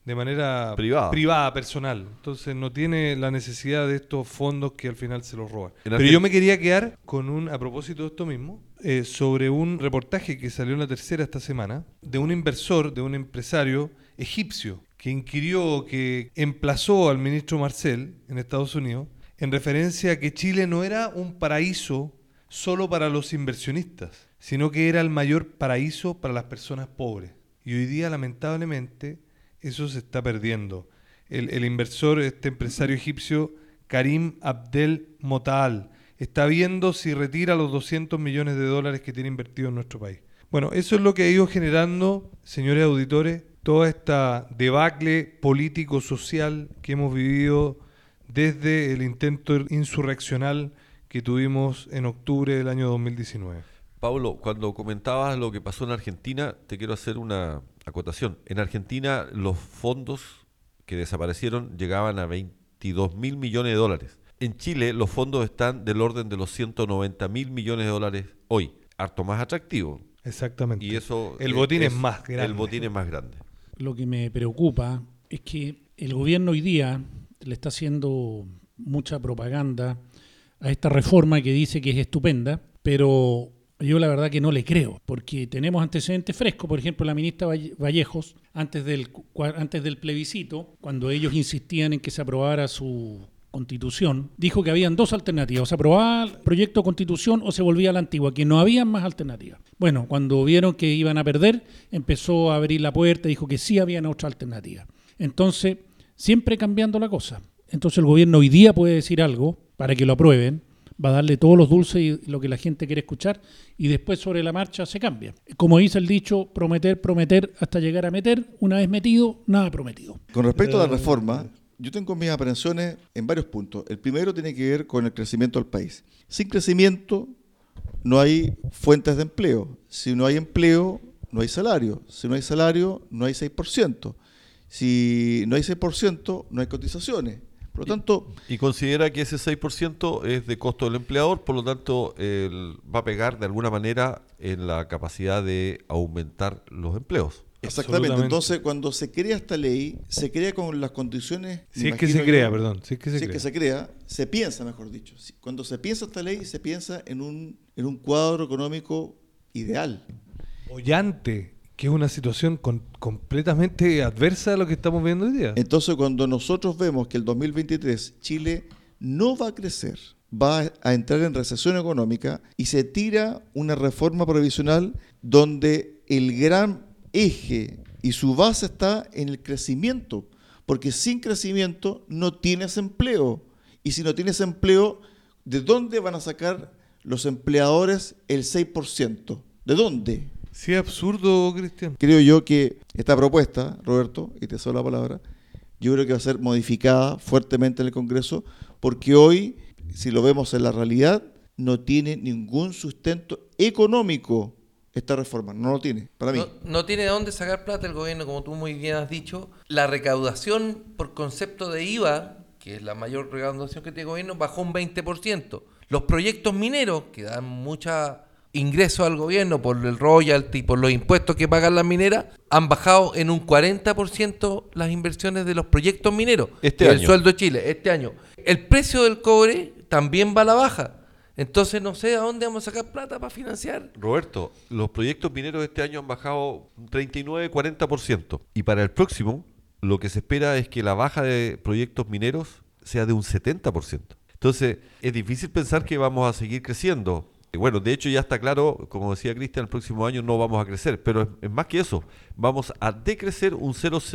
privada, personal. Entonces no tiene la necesidad de estos fondos que al final se los roban. Pero yo me quería quedar con a propósito de esto mismo, sobre un reportaje que salió en La Tercera esta semana, de un inversor, de un empresario egipcio, que emplazó al ministro Marcel en Estados Unidos en referencia a que Chile no era un paraíso solo para los inversionistas, sino que era el mayor paraíso para las personas pobres. Y hoy día, lamentablemente, eso se está perdiendo. El inversor, este empresario egipcio, Karim Abdel Motaal, está viendo si retira los $200 millones que tiene invertido en nuestro país. Bueno, eso es lo que ha ido generando, señores auditores, toda esta debacle político-social que hemos vivido desde el intento insurreccional que tuvimos en octubre del año 2019. Pablo, cuando comentabas lo que pasó en Argentina, te quiero hacer una acotación. En Argentina los fondos que desaparecieron llegaban a $22.000 millones. En Chile los fondos están del orden de los $190.000 millones hoy, harto más atractivo. Exactamente. Y eso el botín es más grande. El botín es más grande. Lo que me preocupa es que el gobierno hoy día le está haciendo mucha propaganda a esta reforma que dice que es estupenda, pero yo la verdad que no le creo, porque tenemos antecedentes frescos. Por ejemplo, la ministra Vallejos, antes del plebiscito, cuando ellos insistían en que se aprobara su constitución, dijo que habían dos alternativas: o se aprobaba el proyecto de constitución o se volvía a la antigua, que no había más alternativas. Bueno, cuando vieron que iban a perder, empezó a abrir la puerta y dijo que sí habían otra alternativa. Entonces, siempre cambiando la cosa. Entonces el gobierno hoy día puede decir algo para que lo aprueben, va a darle todos los dulces y lo que la gente quiere escuchar, y después sobre la marcha se cambia. Como dice el dicho, prometer, prometer hasta llegar a meter. Una vez metido, nada prometido. Con respecto a la reforma, yo tengo mis aprensiones en varios puntos. El primero tiene que ver con el crecimiento del país. Sin crecimiento no hay fuentes de empleo. Si no hay empleo, no hay salario. Si no hay salario, no hay 6%. Si no hay 6%, no hay cotizaciones. Por lo tanto... Y considera que ese 6% es de costo del empleador, por lo tanto va a pegar de alguna manera en la capacidad de aumentar los empleos. Exactamente. Entonces, cuando se crea esta ley, se crea con las condiciones... Si es que se crea, perdón. Si es que se crea, se piensa, mejor dicho. Cuando se piensa esta ley, se piensa en un cuadro económico ideal. Bollante, que es una situación completamente adversa a lo que estamos viendo hoy día. Entonces, cuando nosotros vemos que el 2023 Chile no va a crecer, va a entrar en recesión económica, y se tira una reforma previsional donde el gran eje y su base está en el crecimiento, porque sin crecimiento no tienes empleo, y si no tienes empleo, ¿de dónde van a sacar los empleadores el 6%? ¿De dónde? Sí, absurdo, Cristian. Creo yo que esta propuesta, Roberto, y te cedo la palabra, yo creo que va a ser modificada fuertemente en el Congreso, porque hoy, si lo vemos en la realidad, no tiene ningún sustento económico esta reforma, no lo tiene, para mí. No tiene de dónde sacar plata el gobierno, como tú muy bien has dicho. La recaudación por concepto de IVA, que es la mayor recaudación que tiene el gobierno, bajó un 20%. Los proyectos mineros, que dan mucha ingresos al gobierno por el royalty, por los impuestos que pagan las mineras, han bajado en un 40% las inversiones de los proyectos mineros. El sueldo de Chile, este año. El precio del cobre también va a la baja. Entonces no sé a dónde vamos a sacar plata para financiar. Roberto, los proyectos mineros este año han bajado un 39-40%. Y para el próximo, lo que se espera es que la baja de proyectos mineros sea de un 70%. Entonces, es difícil pensar que vamos a seguir creciendo. Bueno, de hecho ya está claro, como decía Cristian, el próximo año no vamos a crecer, pero es más que eso, vamos a decrecer un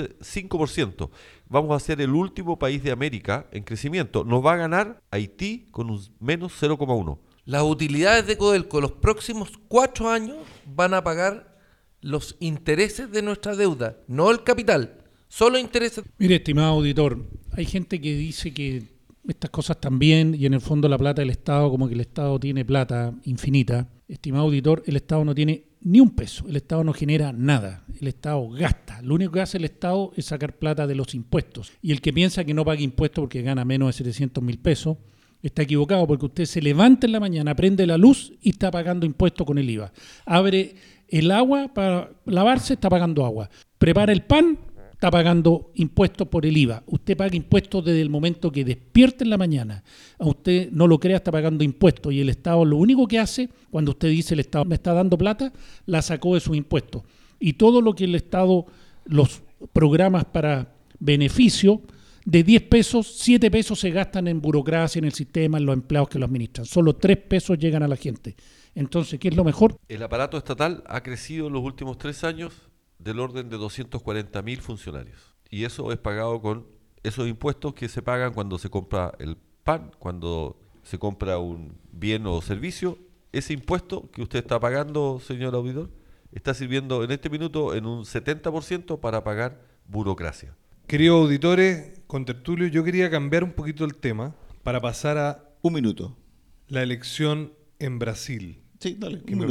0,5%. Vamos a ser el último país de América en crecimiento. Nos va a ganar Haití con un menos 0,1%. Las utilidades de Codelco los próximos 4 años van a pagar los intereses de nuestra deuda, no el capital, solo intereses. Mire, estimado auditor, hay gente que dice que estas cosas también, y en el fondo la plata del Estado, como que el Estado tiene plata infinita. Estimado auditor, el Estado no tiene ni un peso, el Estado no genera nada, el Estado gasta. Lo único que hace el Estado es sacar plata de los impuestos. Y el que piensa que no paga impuestos porque gana menos de 700.000 pesos, está equivocado, porque usted se levanta en la mañana, prende la luz y está pagando impuestos con el IVA. Abre el agua para lavarse, está pagando agua. Prepara el pan, está pagando impuestos por el IVA. Usted paga impuestos desde el momento que despierta en la mañana. A usted no lo crea, está pagando impuestos. Y el Estado lo único que hace, cuando usted dice el Estado me está dando plata, la sacó de sus impuestos. Y todo lo que el Estado, los programas para beneficio, de 10 pesos, 7 pesos se gastan en burocracia, en el sistema, en los empleados que lo administran. Solo 3 pesos llegan a la gente. Entonces, ¿qué es lo mejor? El aparato estatal ha crecido en los últimos 3 años del orden de 240.000 funcionarios. Y eso es pagado con esos impuestos que se pagan cuando se compra el pan, cuando se compra un bien o servicio. Ese impuesto que usted está pagando, señor auditor, está sirviendo en este minuto en un 70% para pagar burocracia. Queridos auditores, contertulios, yo quería cambiar un poquito el tema para pasar a... Un minuto. La elección en Brasil. Sí, dale. Que me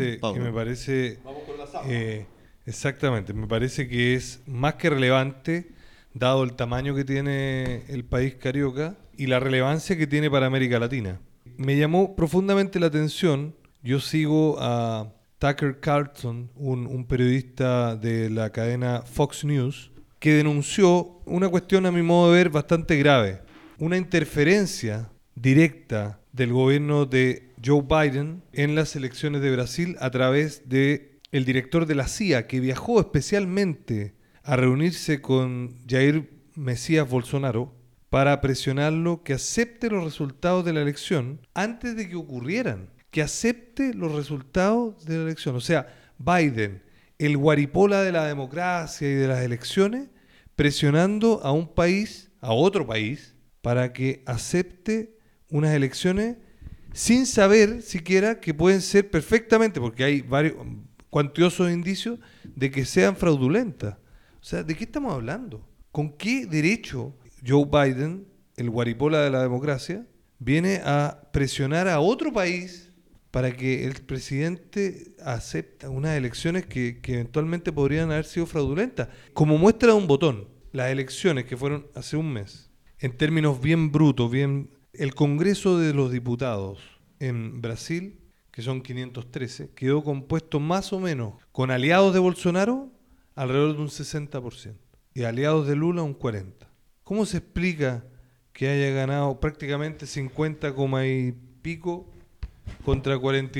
parece... Vamos con la sala. Exactamente, me parece que es más que relevante, dado el tamaño que tiene el país carioca y la relevancia que tiene para América Latina. Me llamó profundamente la atención, yo sigo a Tucker Carlson, un periodista de la cadena Fox News, que denunció una cuestión a mi modo de ver bastante grave, una interferencia directa del gobierno de Joe Biden en las elecciones de Brasil a través de el director de la CIA, que viajó especialmente a reunirse con Jair Mesías Bolsonaro para presionarlo que acepte los resultados de la elección antes de que ocurrieran, que acepte los resultados de la elección. O sea, Biden, el guaripola de la democracia y de las elecciones, presionando a un país, a otro país, para que acepte unas elecciones sin saber siquiera que pueden ser perfectamente, porque hay varios cuantiosos indicios de que sean fraudulentas. O sea, ¿de qué estamos hablando? ¿Con qué derecho Joe Biden, el guaripola de la democracia, viene a presionar a otro país para que el presidente acepte unas elecciones que eventualmente podrían haber sido fraudulentas? Como muestra de un botón, las elecciones que fueron hace un mes, en términos bien brutos, el Congreso de los Diputados en Brasil, que son 513, quedó compuesto más o menos con aliados de Bolsonaro alrededor de un 60% y aliados de Lula un 40%. ¿Cómo se explica que haya ganado prácticamente 50, y pico contra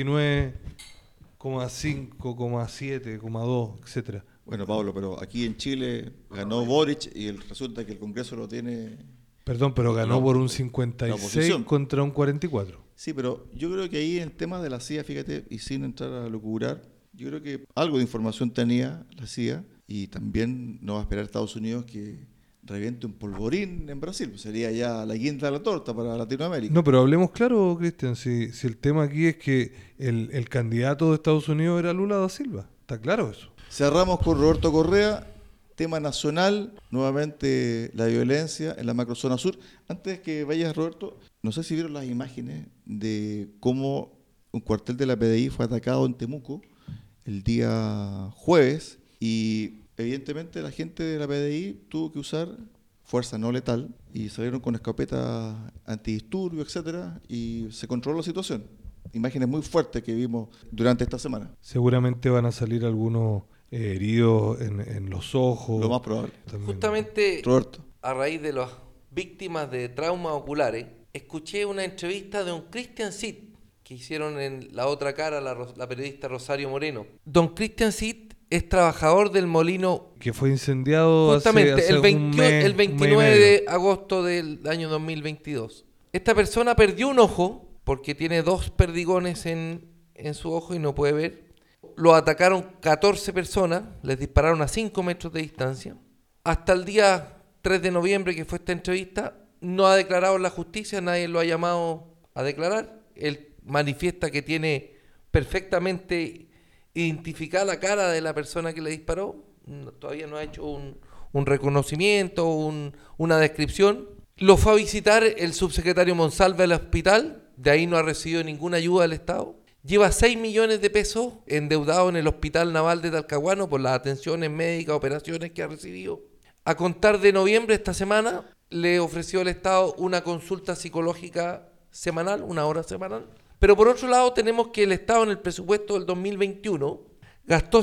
49,5, 7, 2, etcétera? Bueno, Pablo, pero aquí en Chile ganó Boric y resulta que el Congreso lo tiene... Perdón, pero ganó por un la 56 oposición. contra un 44. Sí, pero yo creo que ahí en el tema de la CIA, fíjate, y sin entrar a locurar, yo creo que algo de información tenía la CIA y también no va a esperar a Estados Unidos que reviente un polvorín en Brasil, pues sería ya la guinda de la torta para Latinoamérica. No, pero hablemos claro, Cristian, si el tema aquí es que el candidato de Estados Unidos era Lula da Silva, ¿está claro eso? Cerramos con Roberto Correa, tema nacional, nuevamente la violencia en la macrozona sur. Antes que vayas, Roberto, no sé si vieron las imágenes de cómo un cuartel de la PDI fue atacado en Temuco el día jueves y evidentemente la gente de la PDI tuvo que usar fuerza no letal y salieron con escopetas antidisturbios, etcétera, y se controló la situación. Imágenes muy fuertes que vimos durante esta semana. Seguramente van a salir algunos heridos en los ojos. Lo más probable. También. Justamente Roberto. a raíz de las víctimas de traumas oculares, escuché una entrevista de un Christian Sid que hicieron en La Otra Cara la periodista Rosario Moreno. Don Christian Sid es trabajador del molino Que fue incendiado justamente hace el 29 un mes y medio. de agosto del año 2022. Esta persona perdió un ojo porque tiene 2 perdigones en su ojo y no puede ver. Lo atacaron 14 personas, les dispararon a 5 metros de distancia. Hasta el día 3 de noviembre, que fue esta entrevista, no ha declarado en la justicia, nadie lo ha llamado a declarar. Él manifiesta que tiene perfectamente identificada la cara de la persona que le disparó. Todavía no ha hecho un reconocimiento, una descripción. Lo fue a visitar el subsecretario Monsalve al hospital, de ahí no ha recibido ninguna ayuda del Estado. Lleva 6 millones de pesos endeudado en el Hospital Naval de Talcahuano por las atenciones médicas, operaciones que ha recibido. A contar de noviembre, esta semana, le ofreció el Estado una consulta psicológica semanal, 1 hora semanal. Pero por otro lado tenemos que el Estado en el presupuesto del 2021 gastó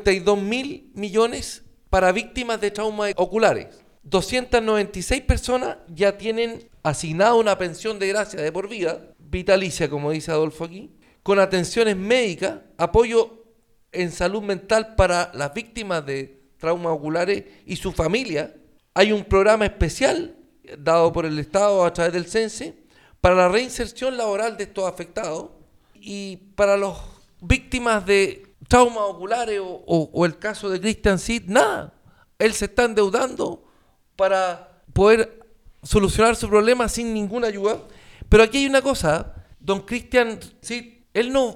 52.000 millones para víctimas de traumas oculares. 296 personas ya tienen asignada una pensión de gracia de por vida, vitalicia como dice Adolfo aquí, con atenciones médicas, apoyo en salud mental para las víctimas de traumas oculares y su familia. Hay un programa especial dado por el Estado a través del CENSE para la reinserción laboral de estos afectados y para las víctimas de traumas oculares o el caso de Christian Sid, nada. Él se está endeudando para poder solucionar su problema sin ninguna ayuda. Pero aquí hay una cosa, don Christian Sid, él no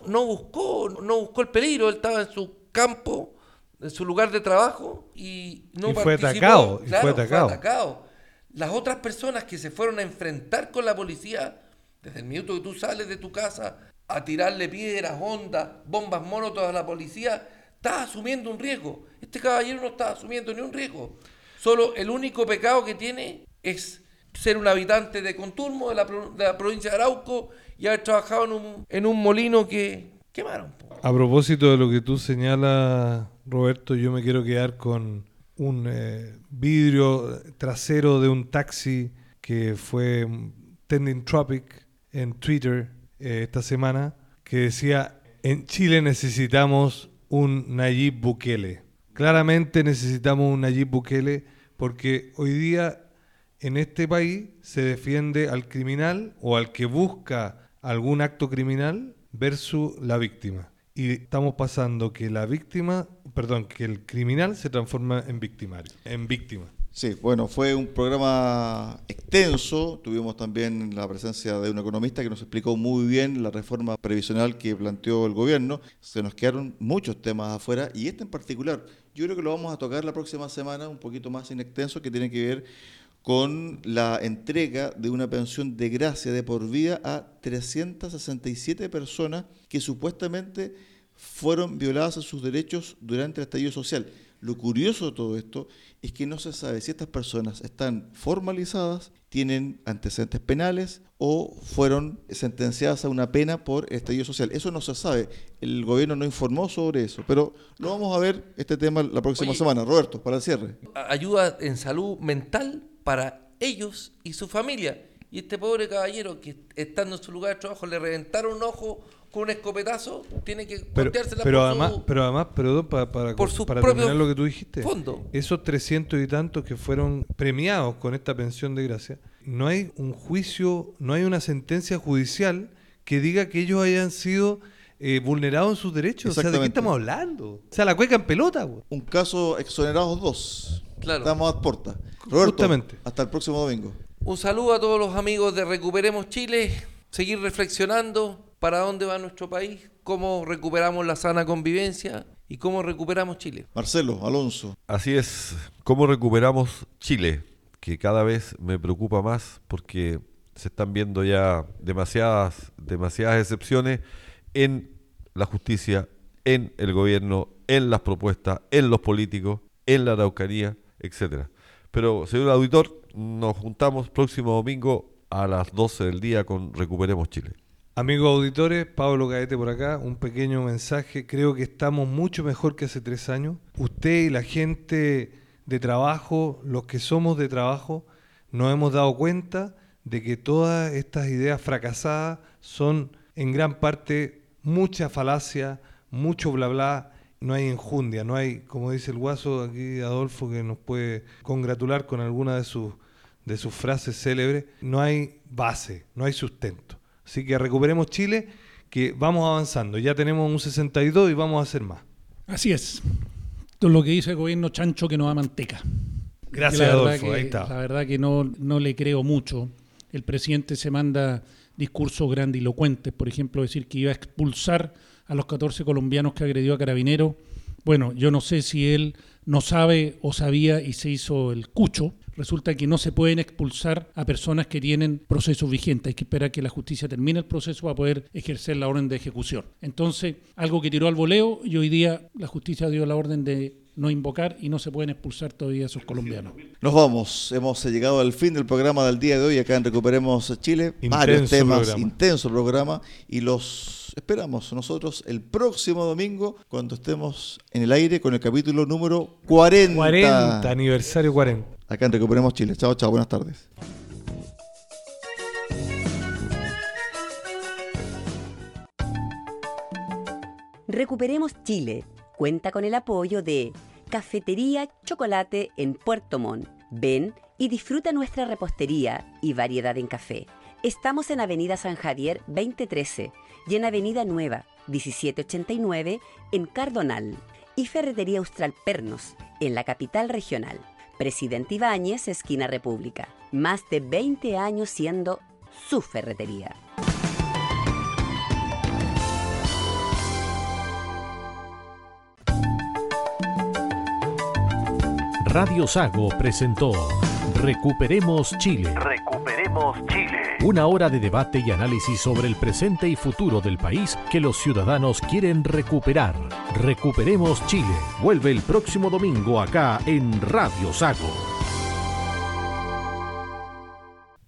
buscó el peligro, él estaba en su campo, en su lugar de trabajo y no fue participó. atacado, fue atacado. Las otras personas que se fueron a enfrentar con la policía, desde el minuto que tú sales de tu casa a tirarle piedras, ondas, bombas molotov a la policía, estás asumiendo un riesgo. Este caballero no está asumiendo ni un riesgo. Solo el único pecado que tiene es ser un habitante de Conturmo, de la provincia de Arauco, y haber trabajado en un molino que quemaron. A propósito de lo que tú señalas, Roberto, yo me quiero quedar con un vidrio trasero de un taxi que fue trending topic en Twitter esta semana que decía: en Chile necesitamos un Nayib Bukele. Claramente necesitamos un Nayib Bukele porque hoy día en este país se defiende al criminal o al que busca algún acto criminal versus la víctima. Y estamos pasando que que el criminal se transforma en víctima. Sí, bueno, fue un programa extenso. Tuvimos también la presencia de un economista que nos explicó muy bien la reforma previsional que planteó el gobierno. Se nos quedaron muchos temas afuera y este en particular, yo creo que lo vamos a tocar la próxima semana, un poquito más en extenso, que tiene que ver con la entrega de una pensión de gracia de por vida a 367 personas que supuestamente fueron violadas en sus derechos durante el estallido social. Lo curioso de todo esto es que no se sabe si estas personas están formalizadas, tienen antecedentes penales o fueron sentenciadas a una pena por estallido social. Eso no se sabe. El gobierno no informó sobre eso, pero lo vamos a ver este tema la próxima semana. Roberto, para el cierre. Ayuda en salud mental para ellos y su familia. Y este pobre caballero que estando en su lugar de trabajo le reventaron un ojo con un escopetazo, tiene que volteársela pero además, para terminar lo que tú dijiste, fondo. Esos 300 y tantos que fueron premiados con esta pensión de gracia, no hay un juicio, no hay una sentencia judicial que diga que ellos hayan sido vulnerados en sus derechos. O sea, ¿de qué estamos hablando? O sea, la cueca en pelota. Güey. Un caso exonerados 2. Claro. Estamos a puerta. Roberto, justamente. Hasta el próximo domingo. Un saludo a todos los amigos de Recuperemos Chile. Seguir reflexionando para dónde va nuestro país, cómo recuperamos la sana convivencia y cómo recuperamos Chile. Marcelo, Alonso. Así es, cómo recuperamos Chile, que cada vez me preocupa más porque se están viendo ya demasiadas excepciones en la justicia, en el gobierno, en las propuestas, en los políticos, en la Araucanía, etcétera. Pero, señor auditor, nos juntamos próximo domingo a las 12 del día con Recuperemos Chile. Amigos auditores, Pablo Gaete por acá, un pequeño mensaje. Creo que estamos mucho mejor que hace 3 años. Usted y la gente de trabajo, los que somos de trabajo, nos hemos dado cuenta de que todas estas ideas fracasadas son en gran parte mucha falacia, mucho bla bla. No hay enjundia, no hay, como dice el guaso aquí, Adolfo, que nos puede congratular con alguna de sus frases célebres. No hay base, no hay sustento. Así que recuperemos Chile, que vamos avanzando. Ya tenemos un 62 y vamos a hacer más. Así es. Esto es lo que dice el gobierno chancho que no da manteca. Gracias, Adolfo. Ahí está. La verdad que no le creo mucho. El presidente se manda discursos grandilocuentes, por ejemplo, decir que iba a expulsar a los 14 colombianos que agredió a Carabineros. Bueno, yo no sé si él no sabe o sabía y se hizo el cucho. Resulta que no se pueden expulsar a personas que tienen procesos vigentes. Hay que esperar que la justicia termine el proceso para poder ejercer la orden de ejecución. Entonces, algo que tiró al voleo y hoy día la justicia dio la orden de no invocar y no se pueden expulsar todavía a esos colombianos. Nos vamos. Hemos llegado al fin del programa del día de hoy acá en Recuperemos Chile. Varios temas, intenso programa, y los esperamos nosotros el próximo domingo cuando estemos en el aire con el capítulo número 40. 40, aniversario 40. Acá en Recuperemos Chile. Chao, chao, buenas tardes. Recuperemos Chile. Cuenta con el apoyo de Cafetería Chocolate en Puerto Montt. Ven y disfruta nuestra repostería y variedad en café. Estamos en Avenida San Javier 2013 y en Avenida Nueva 1789 en Cardonal. Y Ferretería Austral Pernos en la capital regional. Presidente Ibáñez, esquina República. Más de 20 años siendo su ferretería. Radio Sago presentó Recuperemos Chile. Recuperemos Chile. Una hora de debate y análisis sobre el presente y futuro del país que los ciudadanos quieren recuperar. Recuperemos Chile. Vuelve el próximo domingo acá en Radio Sago.